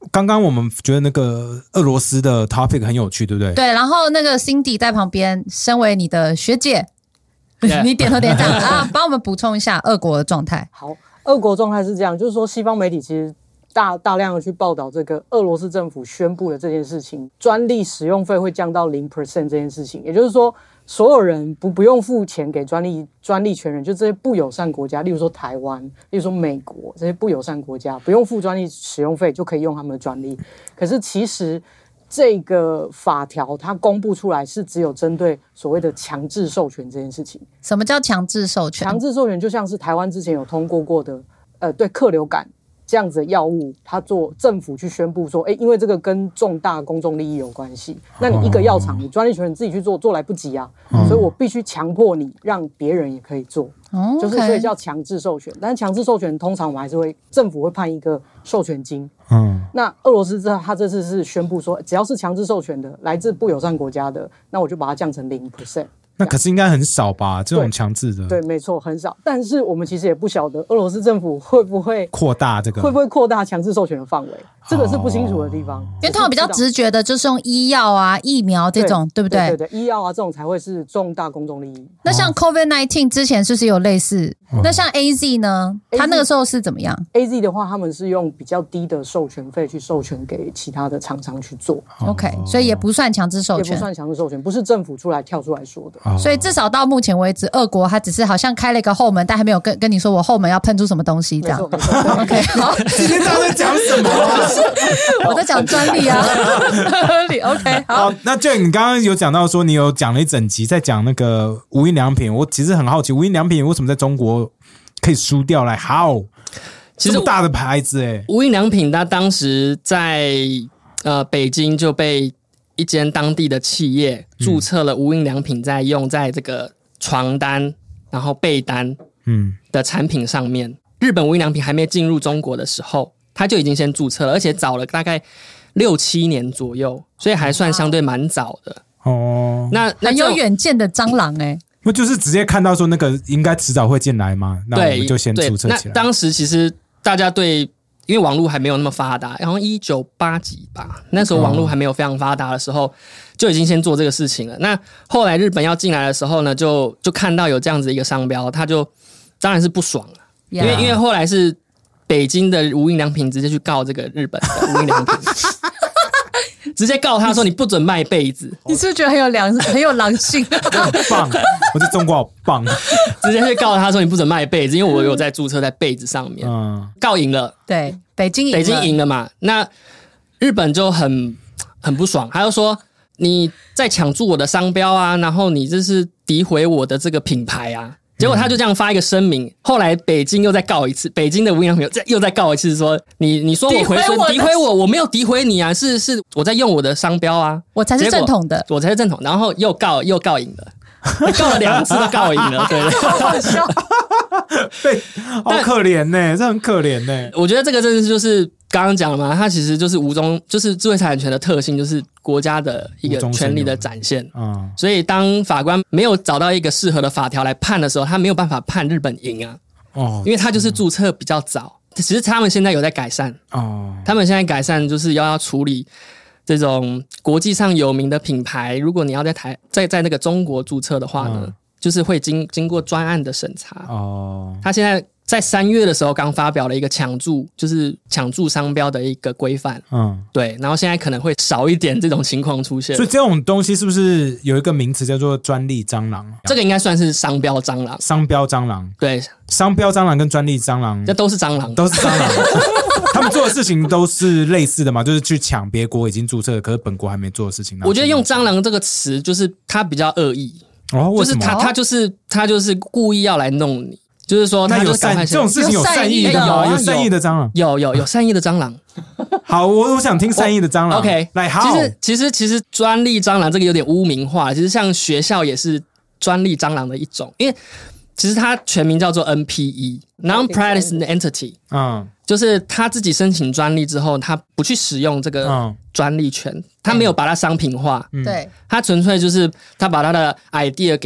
刚刚我们觉得那个俄罗斯的 topic 很有趣，对不对？ 对，然后那个 Cindy 在旁边，身为你的学姐， Yeah. 你点头点赞啊，帮我们补充一下俄国的状态。 好，俄国状态是这样，就是说西方媒体其实大大量的去报道这个俄罗斯政府宣布的这件事情，专利使用费会降到零 percent 这件事情，也就是说，所有人不不用付钱给专利专利权人，就这些不友善国家，例如说台湾，例如说美国这些不友善国家，不用付专利使用费就可以用他们的专利。可是其实这个法条它公布出来是只有针对所谓的强制授权这件事情。 什么叫强制授权？ 强制授权就像是台湾之前有通过过的，呃，对克流感这样子的药物，它做政府去宣布说，哎，因为这个跟重大公众利益有关系，那你一个药厂，你专利权人自己去做，做来不及啊，嗯、所以我必须强迫你让别人也可以做， 哦、 就是所以叫强制授权。但是强制授权通常我们还是会政府会判一个授权金。嗯，那俄罗斯这他这次是宣布说，只要是强制授权的，来自不友善国家的，那我就把它降成零 percent。 那可是应该很少吧？这种强制的， 对，没错，很少。但是我们其实也不晓得俄罗斯政府会不会扩大这个， 会不会扩大强制授权的范围，这个是不清楚的地方。 因为通常比较直觉的就是用医药啊、疫苗这种， 对, 对不对？ 对对对，医药啊这种才会是重大公众利益。 那像 COVID 十九 之前是不是有类似？哦、那像 A Z 呢？它那个时候是怎么样 ？A Z 的话，他们是用比较低的授权费去授权给其他的厂商去做。 OK， 所以也不算强制授权， 也不算强制授权，不是政府出来跳出来说的。 哦、所以至少到目前为止，俄国它只是好像开了一个后门，但还没有跟跟你说我后门要喷出什么东西这样。OK， 好， 今天大家在讲什么、啊？ 我在讲专利啊。OK， 好。 好，那就你刚刚有讲到说，你有讲了一整集在讲那个无印良品，我其实很好奇，无印良品为什么在中国可以输掉来 ？How？ 其实大的牌子哎、欸， 无印良品它当时在呃北京就被一间当地的企业注册了无印良品，在用在这个床单然后被单嗯的产品上面。嗯、日本无印良品还没进入中国的时候，它就已经先注册了，而且早了大概六七年左右，所以还算相对蛮早的。哦，那那很有远见的蟑螂哎、欸。 不就是直接看到说那个应该迟早会进来吗？那我们就先注册起来。 那当时其实大家对，因为网络还没有那么发达，好像一九八几吧，那时候网络还没有非常发达的时候，就已经先做这个事情了。那后来日本要进来的时候呢，就就看到有这样子一个商标，他就当然是不爽了， yeah. 因为因为后来是北京的无印良品直接去告这个日本的无印良品。直接告他说你不准卖被子， 你是不是觉得很有良很有狼性？ 很棒，我在中国好棒。 直接去告他说你不准卖被子，因为我有在注册在被子上面，嗯、告赢了。 对，北京赢了， 北京赢了嘛？那日本就很很不爽，他就说你在抢注我的商标啊，然后你这是诋毁我的这个品牌啊。结果他就这样发一个声明，后来北京又再告一次，北京的无印良品又再告一次说，你你说我回损诋毁我，我没有诋毁你啊，是是我在用我的商标啊， 我才是正统的， 我才是正统，然后又告又告赢了，告了两次都告赢了，对对， 好笑， 对，好可怜呢、欸，这很可怜呢、欸。 我觉得这个真的就是刚刚讲了嘛，它其实就是无中，就是智慧财产权的特性，就是国家的一个权利的展现。嗯，所以当法官没有找到一个适合的法条来判的时候，他没有办法判日本赢啊。哦，因为他就是注册比较早，其实他们现在有在改善。哦，他们现在改善就是要要处理这种国际上有名的品牌，如果你要在台在在那个中国注册的话呢，嗯、就是会经经过专案的审查。哦，他现在。在三月的时候刚发表了一个抢注，就是抢注商标的一个规范，嗯，对，然后现在可能会少一点这种情况出现。 所以这种东西是不是有一个名词叫做专利蟑螂？ 这个应该算是商标蟑螂。 商标蟑螂， 对， 商标蟑螂跟专利蟑螂， 这都是蟑螂， 都是蟑螂。他们做的事情都是类似的嘛，就是去抢别国已经注册，可是本国还没做的事情。 我觉得用蟑螂这个词，就是它比较恶意， 哦，为什么？ 就是他他就是他就是故意要来弄你。就是说， 那有善这种事情有善意的吗？有善意的蟑螂， 有有有善意的蟑螂。 好，我我想听善意的蟑螂。 OK， 来，好。 其实其实其实专利蟑螂这个有点污名化，其实像学校也是专利蟑螂的一种，因为其实它全名叫做 N P E（Non-Practicing Entity）。嗯，就是他自己申请专利之后，他不去使用这个专利权，他没有把它商品化。 对， 他纯粹就是他把他的 idea 给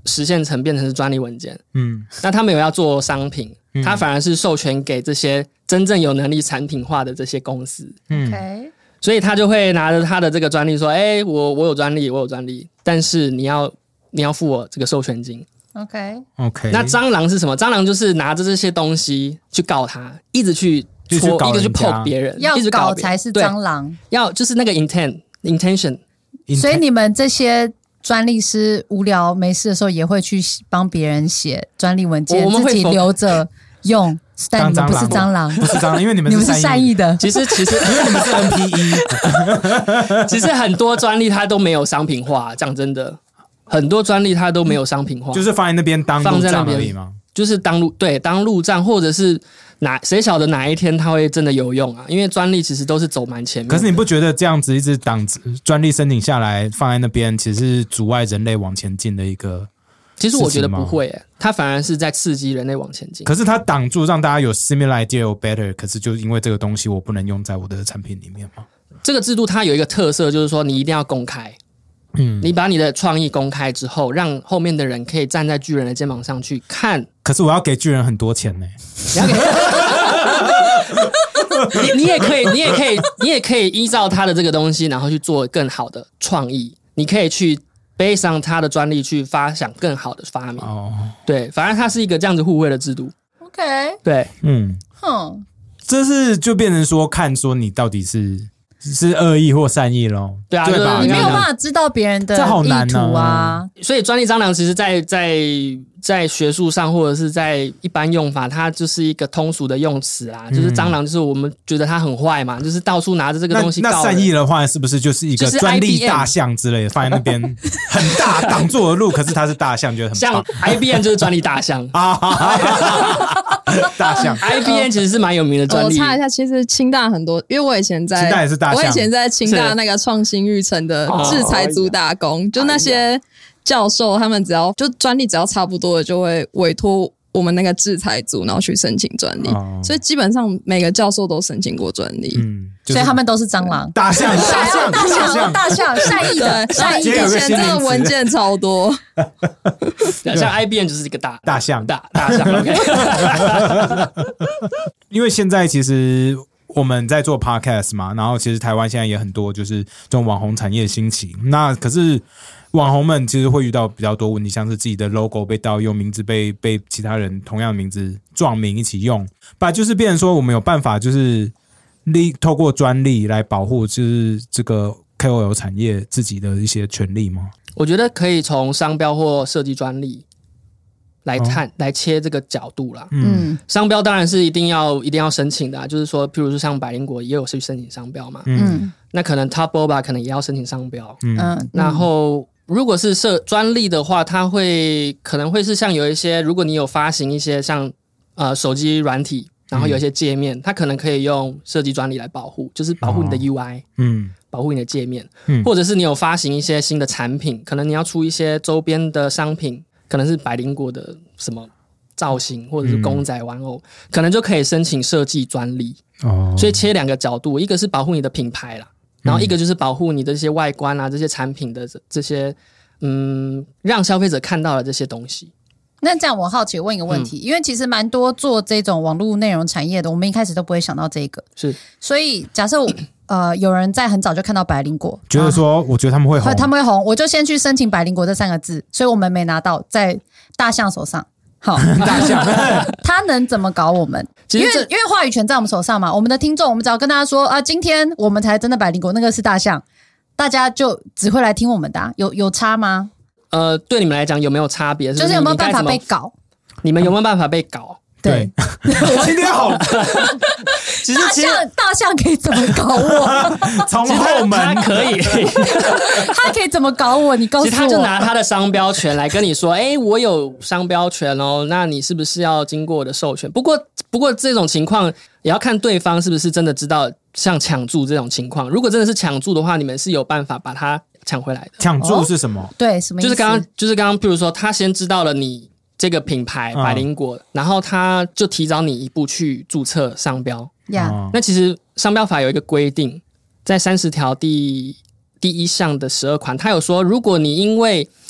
实现成变成是专利文件。 嗯， 那他没有要做商品，他反而是授权给这些真正有能力产品化的这些公司。 嗯 OK， 所以他就会拿着他的这个专利说：“哎、欸，我我有专利，我有专利，但是你要你要付我这个授权金。” OK OK， 那蟑螂是什么？蟑螂就是拿着这些东西去告他，一直去戳，一个去 poke 别人， 要一直搞才是蟑螂， 要就是那个 intent intention。 所以你们这些专利师无聊没事的时候，也会去帮别人写专利文件， 我们会自己留着用。但你们不是蟑螂， 不是蟑螂，因为你们你们是善意的。 其实其实因为你们是 N P E， 其实很多专利它都没有商品化，讲真的。很多专利它都没有商品化， 就是放在那边当路障而已吗？ 就是当路对当路障，或者是哪谁晓得哪一天它会真的有用啊？因为专利其实都是走蛮前面的。 可是你不觉得这样子一直挡专利申请下来放在那边，其实是阻碍人类往前进的一个？ 其实我觉得不会、欸，它反而是在刺激人类往前进。 可是它挡住让大家有 similar idea or better， 可是就因为这个东西我不能用在我的产品里面吗？ 这个制度它有一个特色，就是说你一定要公开。嗯，你把你的创意公开之后，让后面的人可以站在巨人的肩膀上去看。 可是我要给巨人很多钱呢、 欸。你要给你你也可以，你也可以，你也可以依照他的这个东西，然后去做更好的创意。你可以去背上他的专利去发想更好的发明。哦，对，反正它是一个这样子互惠的制度。 OK， 对， 嗯，哼，这是就变成说看说你到底是。是恶意或善意咯， 对啊， 对吧？ 你没有办法知道别人的意图啊。 所以专利蟑螂其实在，在在学术上或者是在一般用法，它就是一个通俗的用词啦。嗯、就是蟑螂，就是我们觉得它很坏嘛，就是到处拿着这个东西告人。 那善意的话，是不是就是一个专利大象之类的放在那边很大挡住我的路？可是它是大象，觉得很棒。 像 I B M 就是专利大象啊， 大象 I B M 其实是蛮有名的专利。 我查一下，其实清大很多，因为我以前在清大也是大象， 我以前在清大那个创新育成的制裁组打工，就那些教授他们只要就专利只要差不多的，就会委托我们那个制裁组，然后去申请专利。哦、所以基本上每个教授都申请过专利，嗯， 就是、所以他们都是蟑螂、 大象、大象、 大象、大象，善意的、善意的。 以前这个文件超多， 像 I B M 就是一个大大象、 大大象。OK， 因为现在其实。我们在做 podcast 嘛，然后其实台湾现在也很多就是这种网红产业兴起，那可是网红们其实会遇到比较多问题，像是自己的 logo 被盗用，名字被被其他人同样的名字撞名一起用，把就是变成说我们有办法就是利透过专利来保护就是这个 K O L 产业自己的一些权利吗？ 我觉得可以从商标或设计专利来看、哦、来切这个角度啦。嗯，商标当然是一定要一定要申请的、啊，就是说，譬如说像百灵果也有去申请商标嘛。嗯，那可能 Top Boba 可能也要申请商标。嗯，然后如果是设专利的话，它会可能会是像有一些，如果你有发行一些像呃手机软体，然后有一些界面，嗯、它可能可以用设计专利来保护，就是保护你的 U I，、哦、嗯，保护你的界面，嗯，或者是你有发行一些新的产品，可能你要出一些周边的商品。可能是百灵果的什么造型，或者是公仔玩偶，嗯、可能就可以申请设计专利。哦，所以切两个角度，一个是保护你的品牌啦，然后一个就是保护你的这些外观啊，这些产品的这些，嗯，让消费者看到了这些东西。 那这样我好奇问一个问题，嗯、因为其实蛮多做这种网络内容产业的，我们一开始都不会想到这个。 是， 所以假设我。呃，有人在很早就看到百灵果， 觉得说，我觉得他们会红， 他们会红，我就先去申请百灵果这三个字，所以我们没拿到，在大象手上。好， 大象， 他能怎么搞我们？因为因为话语权在我们手上嘛，我们的听众，我们只要跟大家说啊，今天我们才真的百灵果，那个是大象，大家就只会来听我们的、啊，有有差吗？ 呃，对你们来讲有没有差别？ 就是有没有办法被搞？ 你们有没有办法被搞？ 对，今天好。 其实大象大象可以怎么搞我？ 从后门他可以， 他可以怎么搞我？你告诉我。 其实他就拿他的商标权来跟你说，哎、欸，我有商标权哦，那你是不是要经过我的授权？不过，不过这种情况也要看对方是不是真的知道像抢注这种情况。如果真的是抢注的话，你们是有办法把它抢回来的。 抢注是什么？ 哦、对，什么意思？ 就是刚刚，就是刚刚，譬如说，他先知道了你。这个品牌百灵果、嗯，然后他就提早你一步去注册商标。 Yeah. 那其实商标法有一个规定，在三十条第第一项的十二款，他有说，如果你因为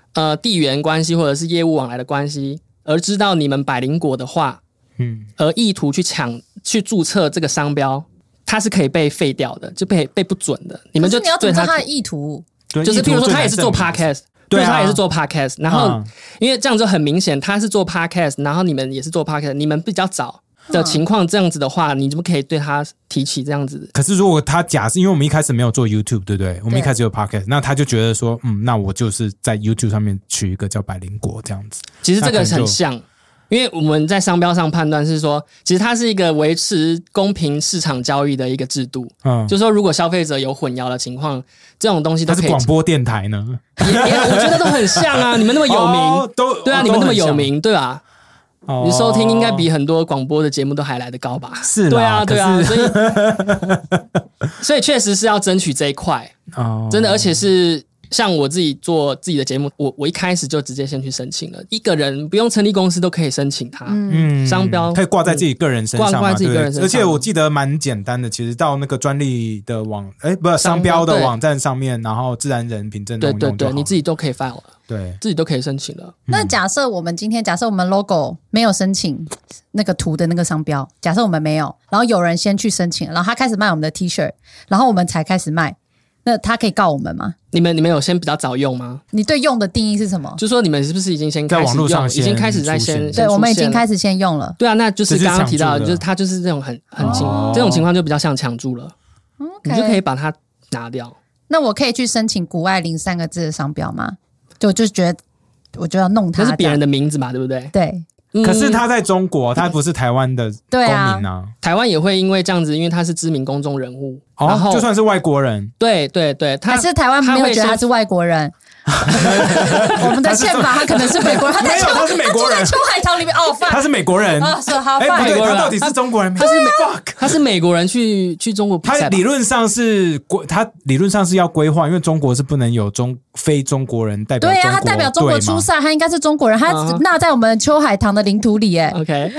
呃地缘关系或者是业务往来的关系，而知道你们百灵果的话，嗯，而意图去抢去注册这个商标，它是可以被废掉的，就被被不准的。你们就可是你要怎么知对它道他的意图？ 就是比如说他也是做 podcast。对、啊，他也是做 podcast， 然后、嗯、因为这样就很明显，他是做 podcast， 然后你们也是做 podcast， 你们比较早的情况这样子的话，你怎么可以对他提起这样子？ 可是如果他假设，因为我们一开始没有做 YouTube， 对不对？我们一开始有 podcast， 那他就觉得说，嗯，那我就是在 YouTube 上面取一个叫百灵果这样子。 其实这个很像。因为我们在商标上判断是说，其实它是一个维持公平市场交易的一个制度。嗯，就是说如果消费者有混淆的情况，这种东西都可以。 它是广播电台呢？ 也也我觉得都很像啊，你们那么有名， 哦、都对啊， 哦、 你们那么有名，对吧？ 哦、 你收听应该比很多广播的节目都还来得高吧？ 是， 对啊，对啊，所以所以确实是要争取这一块，哦、真的，而且是。像我自己做自己的节目，我我一开始就直接先去申请了，一个人不用成立公司都可以申请它，嗯，商标可以挂在自己个人身上嘛， 挂在自己个人身上， 而且我记得蛮简单的，其实到那个专利的网，哎，不是商标的网站上面，然后自然人凭证弄一弄就好了，对对对， 你自己都可以 file 了， 对， 自己都可以申请了。 那假设我们今天，假设我们 logo 没有申请那个图的那个商标，假设我们没有，然后有人先去申请，然后他开始卖我们的 T 恤，然后我们才开始卖。那他可以告我们吗？ 你们你们有先比较早用吗？ 你对用的定义是什么？ 就是说你们是不是已经先开始在网络上已经开始在先？ 对，我们已经开始先用了。 对啊，那就是刚刚提到的，就是它就是这种很很情、哦、这种情况就比较像抢注了， okay. 你就可以把它拿掉。 那我可以去申请谷爱凌三个字的商标吗？就我就觉得我就要弄它， 这是别人的名字嘛，对不对？ 对。 可是他在中国，他不是台湾的公民啊。 啊台湾也会因为这样子，因为他是知名公众人物， 哦、 然后就算是外国人， 对对对，他还是台湾没有觉得他是外国人。我们的宪法他可能是美国人，他在没有，他是美国人， 他住在秋海棠里面哦， 他是美国人啊，是好， 哎，不对，他到底是中国人？ 他是美，他是美国人去去中国比赛， 他理论上是规，他理论上是要规划，因为中国是不能有中非中国人代表中国， 对啊，他代表中国出赛，他应该是中国人，他纳在我们秋海棠的领土里，哎 ，OK，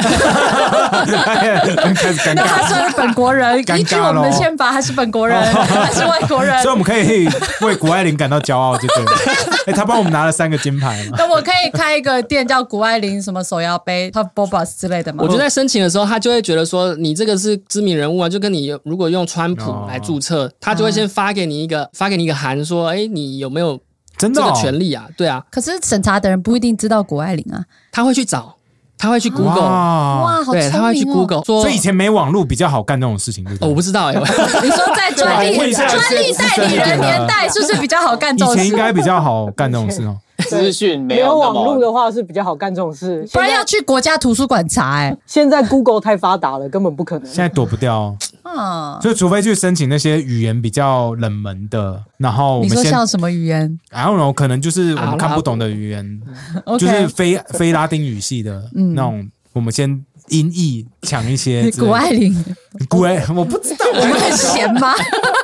那他算是本国人，依据我们的宪法，他是本国人，还是外国人？ 所以我们可以为谷爱凌感到骄傲，就对了。哎，他帮我们拿了三个金牌嘛。 那我可以开一个店叫谷爱凌什么手摇杯 Top Bobas 之类的吗？ 我觉得在申请的时候，他就会觉得说，你这个是知名人物啊，就跟你如果用川普来注册，哦、他就会先发给你一个、嗯、发给你一个函说，哎，你有没有这个权利啊？对啊。 可是审查的人不一定知道谷爱凌啊， 他会去找。他会去 Google， 哇，好聪明哦！ 对，他会去 Google， 说， 所以以前没网络比较好干这种事情，对不对？ 哦、我不知道哎、欸。 你说在专利专利代理人年代，是不是比较好干这种事？ 以前应该比较好干这种事哦。 资讯没有网络的话是比较好干这种事， 不然要去国家图书馆查哎、欸。 现在 Google 太发达了，根本不可能。 现在躲不掉，嗯，所以除非去申请那些语言比较冷门的，然后我们先你说像什么语言 ？I don't know， 可能就是我们看不懂的语言，啊、就是非非拉丁语系的、嗯、那种。我们先音译抢一些谷爱凌， 谷爱我不知道， 我们很闲吗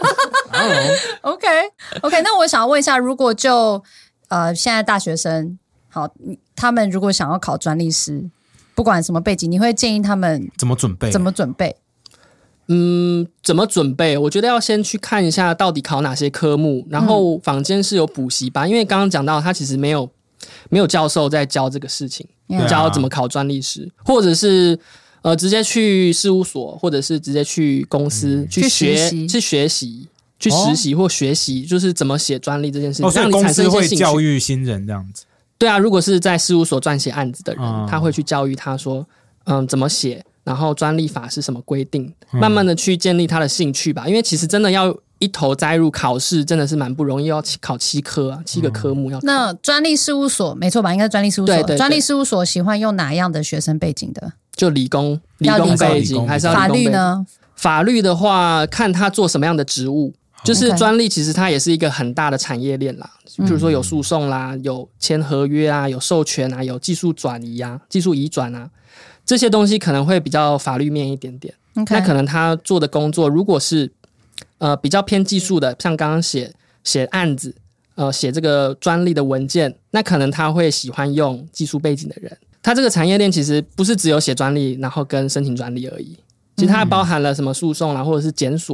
？OK OK， 那我想要问一下，如果就呃现在大学生好，他们如果想要考专利师，不管什么背景，你会建议他们怎么准备？ 怎么准备？ 嗯，怎么准备？我觉得要先去看一下到底考哪些科目，然后坊间是有补习班，因为刚刚讲到他其实没有没有教授在教这个事情。教怎么考专利师，或者是呃直接去事务所，或者是直接去公司、嗯、去学去学习、去实习或学习，哦、就是怎么写专利这件事情。 哦，所以公司会教育新人这样子。 对啊，如果是在事务所撰写案子的人，嗯、他会去教育他说，嗯，怎么写，然后专利法是什么规定，嗯、慢慢的去建立他的兴趣吧。因为其实真的要一头栽入考试真的是蛮不容易，要考七科啊，七个科目要考。 那专利事务所没错吧？应该是专利事务所。 对对对， 专利事务所喜欢用哪样的学生背景的？ 就理工，理工背景还是要理工背景？ 法律呢？ 法律的话，看他做什么样的职务。就是专利其实它也是一个很大的产业链啦，比如说有诉讼啦，有签合约啊，有授权啊，有技术转移啊，技术移转啊，这些东西可能会比较法律面一点点。Okay. 那可能他做的工作如果是呃比较偏技术的，像刚刚写写案子，呃写这个专利的文件，那可能他会喜欢用技术背景的人。他这个产业链其实不是只有写专利，然后跟申请专利而已，其实它包含了什么诉讼啦，或者是检索。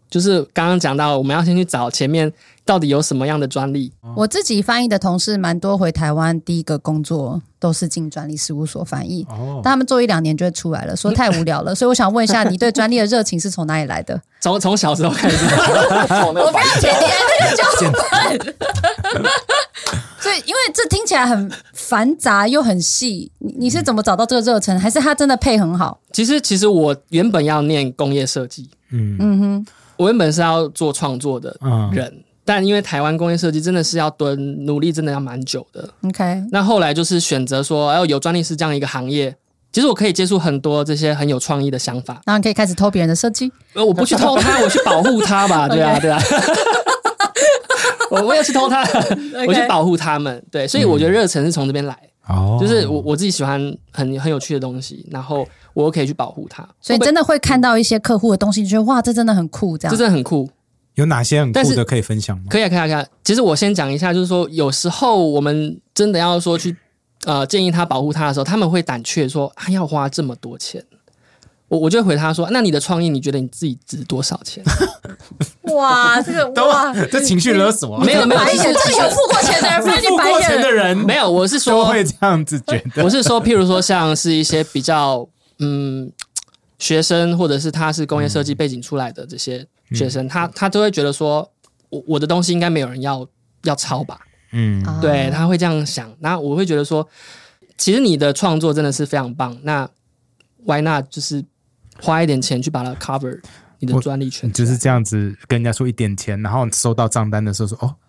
就是刚刚讲到，我们要先去找前面到底有什么样的专利。 我自己翻译的同事蛮多，回台湾第一个工作都是进专利事务所翻译，哦、但他们做一两年就会出来了，说太无聊了。所以我想问一下，你对专利的热情是从哪里来的？ 从从小时候开始， 我不要听你的那个脚本。所以，因为这听起来很繁杂又很细，你你是怎么找到这个热忱？还是他真的配很好？ 其实，其实我原本要念工业设计，嗯嗯哼，我原本是要做创作的人。嗯，但因为台湾工业设计真的是要蹲努力，真的要蛮久的。 OK， 那后来就是选择说，哎，有专利师这样一个行业，其实我可以接触很多这些很有创意的想法。 然后你可以开始偷别人的设计？ 呃，我不去偷他，我去保护他吧。对啊，对啊。我我也去偷他，我去保护他们。对，所以我觉得热忱是从这边来。哦，就是我我自己喜欢很很有趣的东西，然后我可以去保护它。 所以真的会看到一些客户的东西，就觉得哇，这真的很酷，这样。 这真的很酷。 有哪些很酷的可以分享吗？ 可以啊，可以啊，可以啊。其实我先讲一下，就是说有时候我们真的要说去呃建议他保护他的时候，他们会胆怯说啊要花这么多钱。我我就会回他说，那你的创意你觉得你自己值多少钱？ 哇，这个哇， 这情绪勒索。 没有没有， 这个有付过钱的人， 付过钱的人没有。我是说都会这样子觉得。 我是说，譬如说像是一些比较嗯学生，或者是他是工业设计背景出来的这些学生，嗯、他他都会觉得说，我我的东西应该没有人要要抄吧？嗯，对，他会这样想。那我会觉得说，其实你的创作真的是非常棒。那 why not 就是花一点钱去把它 cover 你的专利权？ 就是这样子跟人家说一点钱，然后收到账单的时候说哦，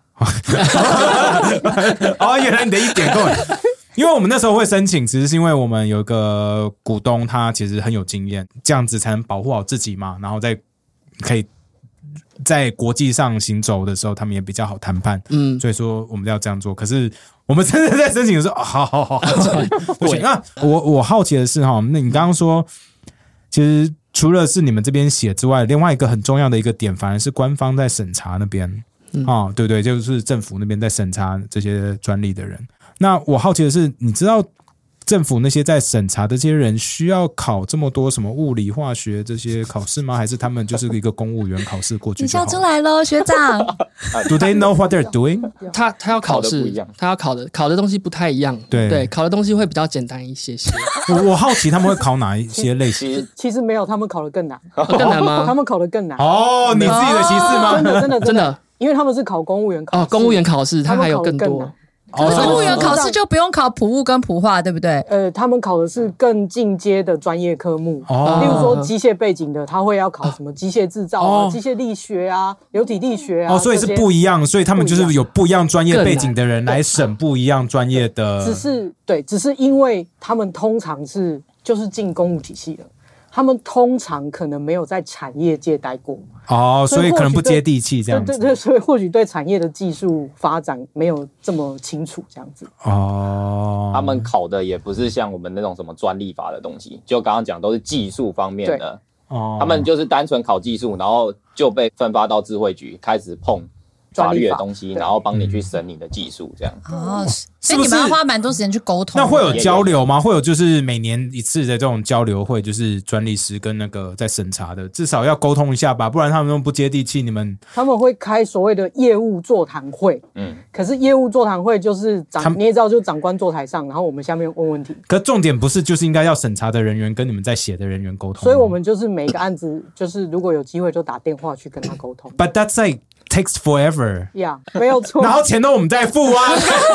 哦，原来你的一点够。因为我们那时候会申请，其实是因为我们有一个股东，他其实很有经验，这样子才能保护好自己嘛，然后再可以在国际上行走的时候，他们也比较好谈判。嗯，所以说我们要这样做。可是我们真的在申请的时候，哦、好好好，不行啊！我我好奇的是哈，那你刚刚说，其实除了是你们这边写之外，另外一个很重要的一个点，反而是官方在审查那边。嗯、哦，对不对？就是政府那边在审查这些专利的人。那我好奇的是，你知道政府那些在审查的这些人需要考这么多什么物理、化学这些考试吗？还是他们就是一个公务员考试过去就好了？ 你笑出来了，学长。 Do they know what they're doing？ 他他要考试，他要考的考的东西不太一样。对对，考的东西会比较简单一些些。 我我好奇他们会考哪一些类型？ 其实没有，他们考的更难。 更难吗？ 他们考的更难。 哦，你自己的歧视吗？ 真的真的真的， 因为他们是考公务员考试。 哦，公务员考试他还有更多。 可是公务员考试就不用考普物跟普化，对不对？ 呃，他们考的是更进阶的专业科目，哦、例如说机械背景的，他会要考什么机械制造啊、哦、机械力学啊、流体力学啊。 哦，所以是不一样，所以他们就是有不一样专业背景的人来审不一样专业的。 只是对，只是因为他们通常是就是进公务体系的。他们通常可能没有在产业界待过哦，所以可能不接地气这样子。 对对，所以或许对产业的技术发展没有这么清楚这样子。 哦，他们考的也不是像我们那种什么专利法的东西，就刚刚讲都是技术方面的。哦，他们就是单纯考技术，然后就被分发到智慧局开始碰法律的东西，然后帮你去审你的技术，这样。 哦，所以你们要花蛮多时间去沟通。 那会有交流吗？会有就是每年一次的这种交流会，就是专利师跟那个在审查的，至少要沟通一下吧，不然他们都不接地气。你们他们会开所谓的业务座谈会，嗯，可是业务座谈会就是长你也知道，就长官坐台上，然后我们下面问问题。 可重点不是就是应该要审查的人员跟你们在写的人员沟通， 所以我们就是每个案子，就是如果有机会就打电话去跟他沟通。 But that's like takes forever. Yeah， 没有错。 然后钱都我们在付啊。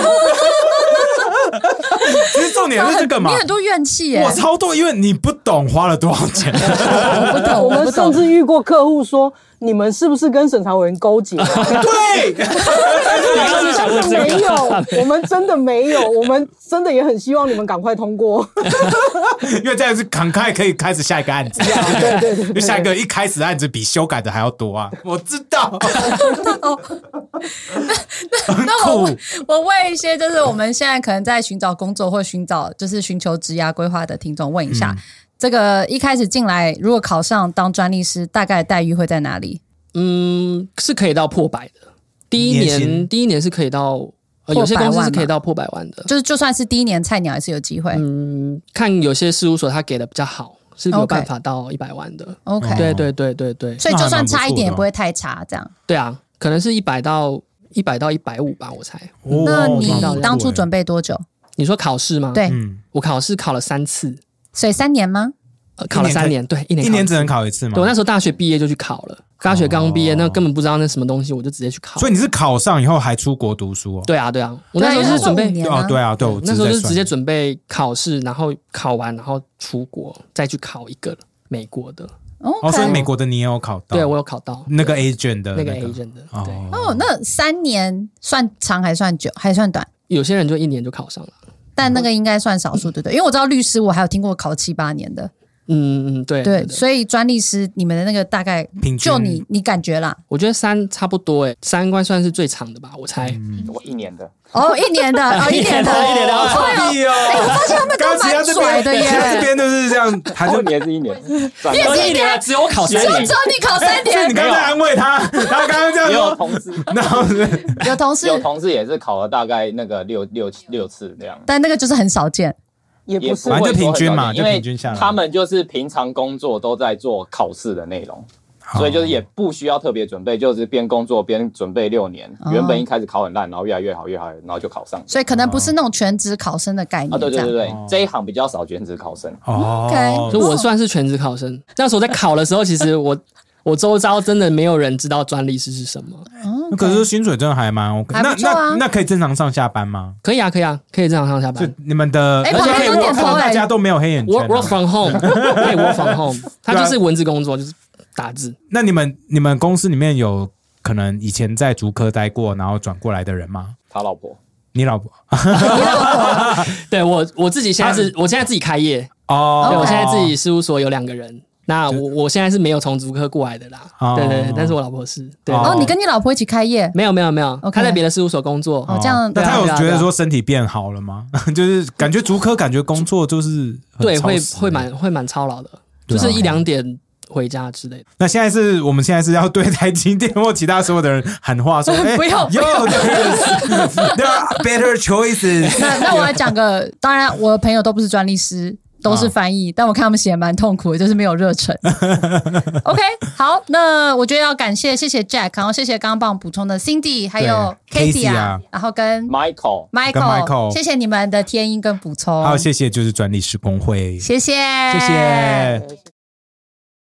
其实重点是这个嘛， 你很多怨气耶， 我超多，因为你不懂花了多少钱。 我不懂， 我们甚至遇过客户说，你们是不是跟审查委员勾结？ 对， 真的没有，我们真的没有，我们真的也很希望你们赶快通过， 因为这样是赶快可以开始下一个案子。 对对对， 因为下一个一开始的案子比修改的还要多啊，我知道。 那我我问一些，就是我们现在可能在寻找工作或寻找就是寻求职涯规划的听众，问一下。嗯，这个一开始进来，如果考上当专利师，大概待遇会在哪里？ 嗯，是可以到破百的。第一年，第一年是可以到，呃、有些公司是可以到破百万的。 就是就算是第一年菜鸟，也是有机会。 嗯，看有些事务所他给的比较好， 是有办法到一百万的。 OK， 对对对对对， 所以就算差一点也不会太差，这样。 对啊，可能是一百到一百到一百五吧，我猜。 那你当初准备多久？ 你说考试吗？ 对， 我考试考了三次， 所以三年吗？ 呃、考了三年，对，一年一年只能考一次吗？ 对，我那时候大学毕业就去考了，大学刚毕业，那根本不知道那什么东西，我就直接去考。 所以你是考上以后还出国读书哦？ 对啊，对啊，我那时候是准备， 对啊，对啊，对，我那时候是直接准备考试，然后考完，然后出国，再去考一个美国的。 哦，所以美国的你也有考到？ 对，我有考到那个 agent 的那个 agent 的。对哦，那三年算长还算久，还算短？ 有些人就一年就考上了， 但那个应该算少数，对不对？因为我知道律师，我还有听过考七八年的。 嗯嗯，对对，所以专利师你们的那个大概，就你你感觉啦？ 我觉得三差不多诶，三应该算是最长的吧，我猜。 嗯，我一年的。 哦，一年的，哦，一年的， 一年的， 好屁哦！ 哎，我发现他们都蛮拽的耶。 其他这边都是这样，还是一年是一年， 也是一年，只有我考三年， 只有你考三年。 你刚才安慰他，然后刚刚这样说，有同事， 然后有同事， 有同事也是考了大概那个六六六次这样， 但那个就是很少见。 也不是， 反正就平均嘛，就平均下来。 他们就是平常工作都在做考试的内容，所以就是也不需要特别准备，就是边工作边准备六年。哦、原本一开始考很烂，然后越来越好，越好，然后就考上。 所以可能不是那种全职考生的概念。 啊，对对对对，这一行比较少全职考生。 哦 ，OK， 所以我算是全职考生。那时候在考的时候，其实我。我周遭真的没有人知道专利师是什么， 哦、 可是薪水真的还蛮 OK， 还不错啊。 那那那可以正常上下班吗？ 可以啊，可以啊，可以正常上下班。 你们的， 哎、欸， 而且可以 work from， 大家都没有黑眼圈、啊。 work from home， 可以 work from home， 它就是文字工作，就是打字。 那你们你们公司里面有可能以前在竹科待过，然后转过来的人吗？ 他老婆， 你老婆， 对我我自己现在是，我现在自己开业哦， 对我现在自己事务所有两个人。那我我现在是没有从竹科过来的啦，哦、对对对，但是我老婆是。对哦，你跟你老婆一起开业？ 没有没有没有， okay. 她在别的事务所工作。 哦，这样。 那他有觉得说身体变好了吗？就是感觉竹科感觉工作就是对，会会蛮会蛮操劳的，就是一两点回家之类的。 那现在是我们现在是要对台积电或其他所有的人喊话说，哎， 不要， 有，there are better choices 那那我来讲个，当然我的朋友都不是专利师。都是翻译，但我看他们写的蛮痛苦的，就是没有热忱。OK， 好，那我觉得要感谢谢谢 Jack， 然后谢谢刚刚帮我补充的 Cindy， 还有 Casey 啊，然后跟 Michael Michael， 谢谢你们的添音跟补充， 还有谢谢就是专利师工会， 谢谢， 谢谢。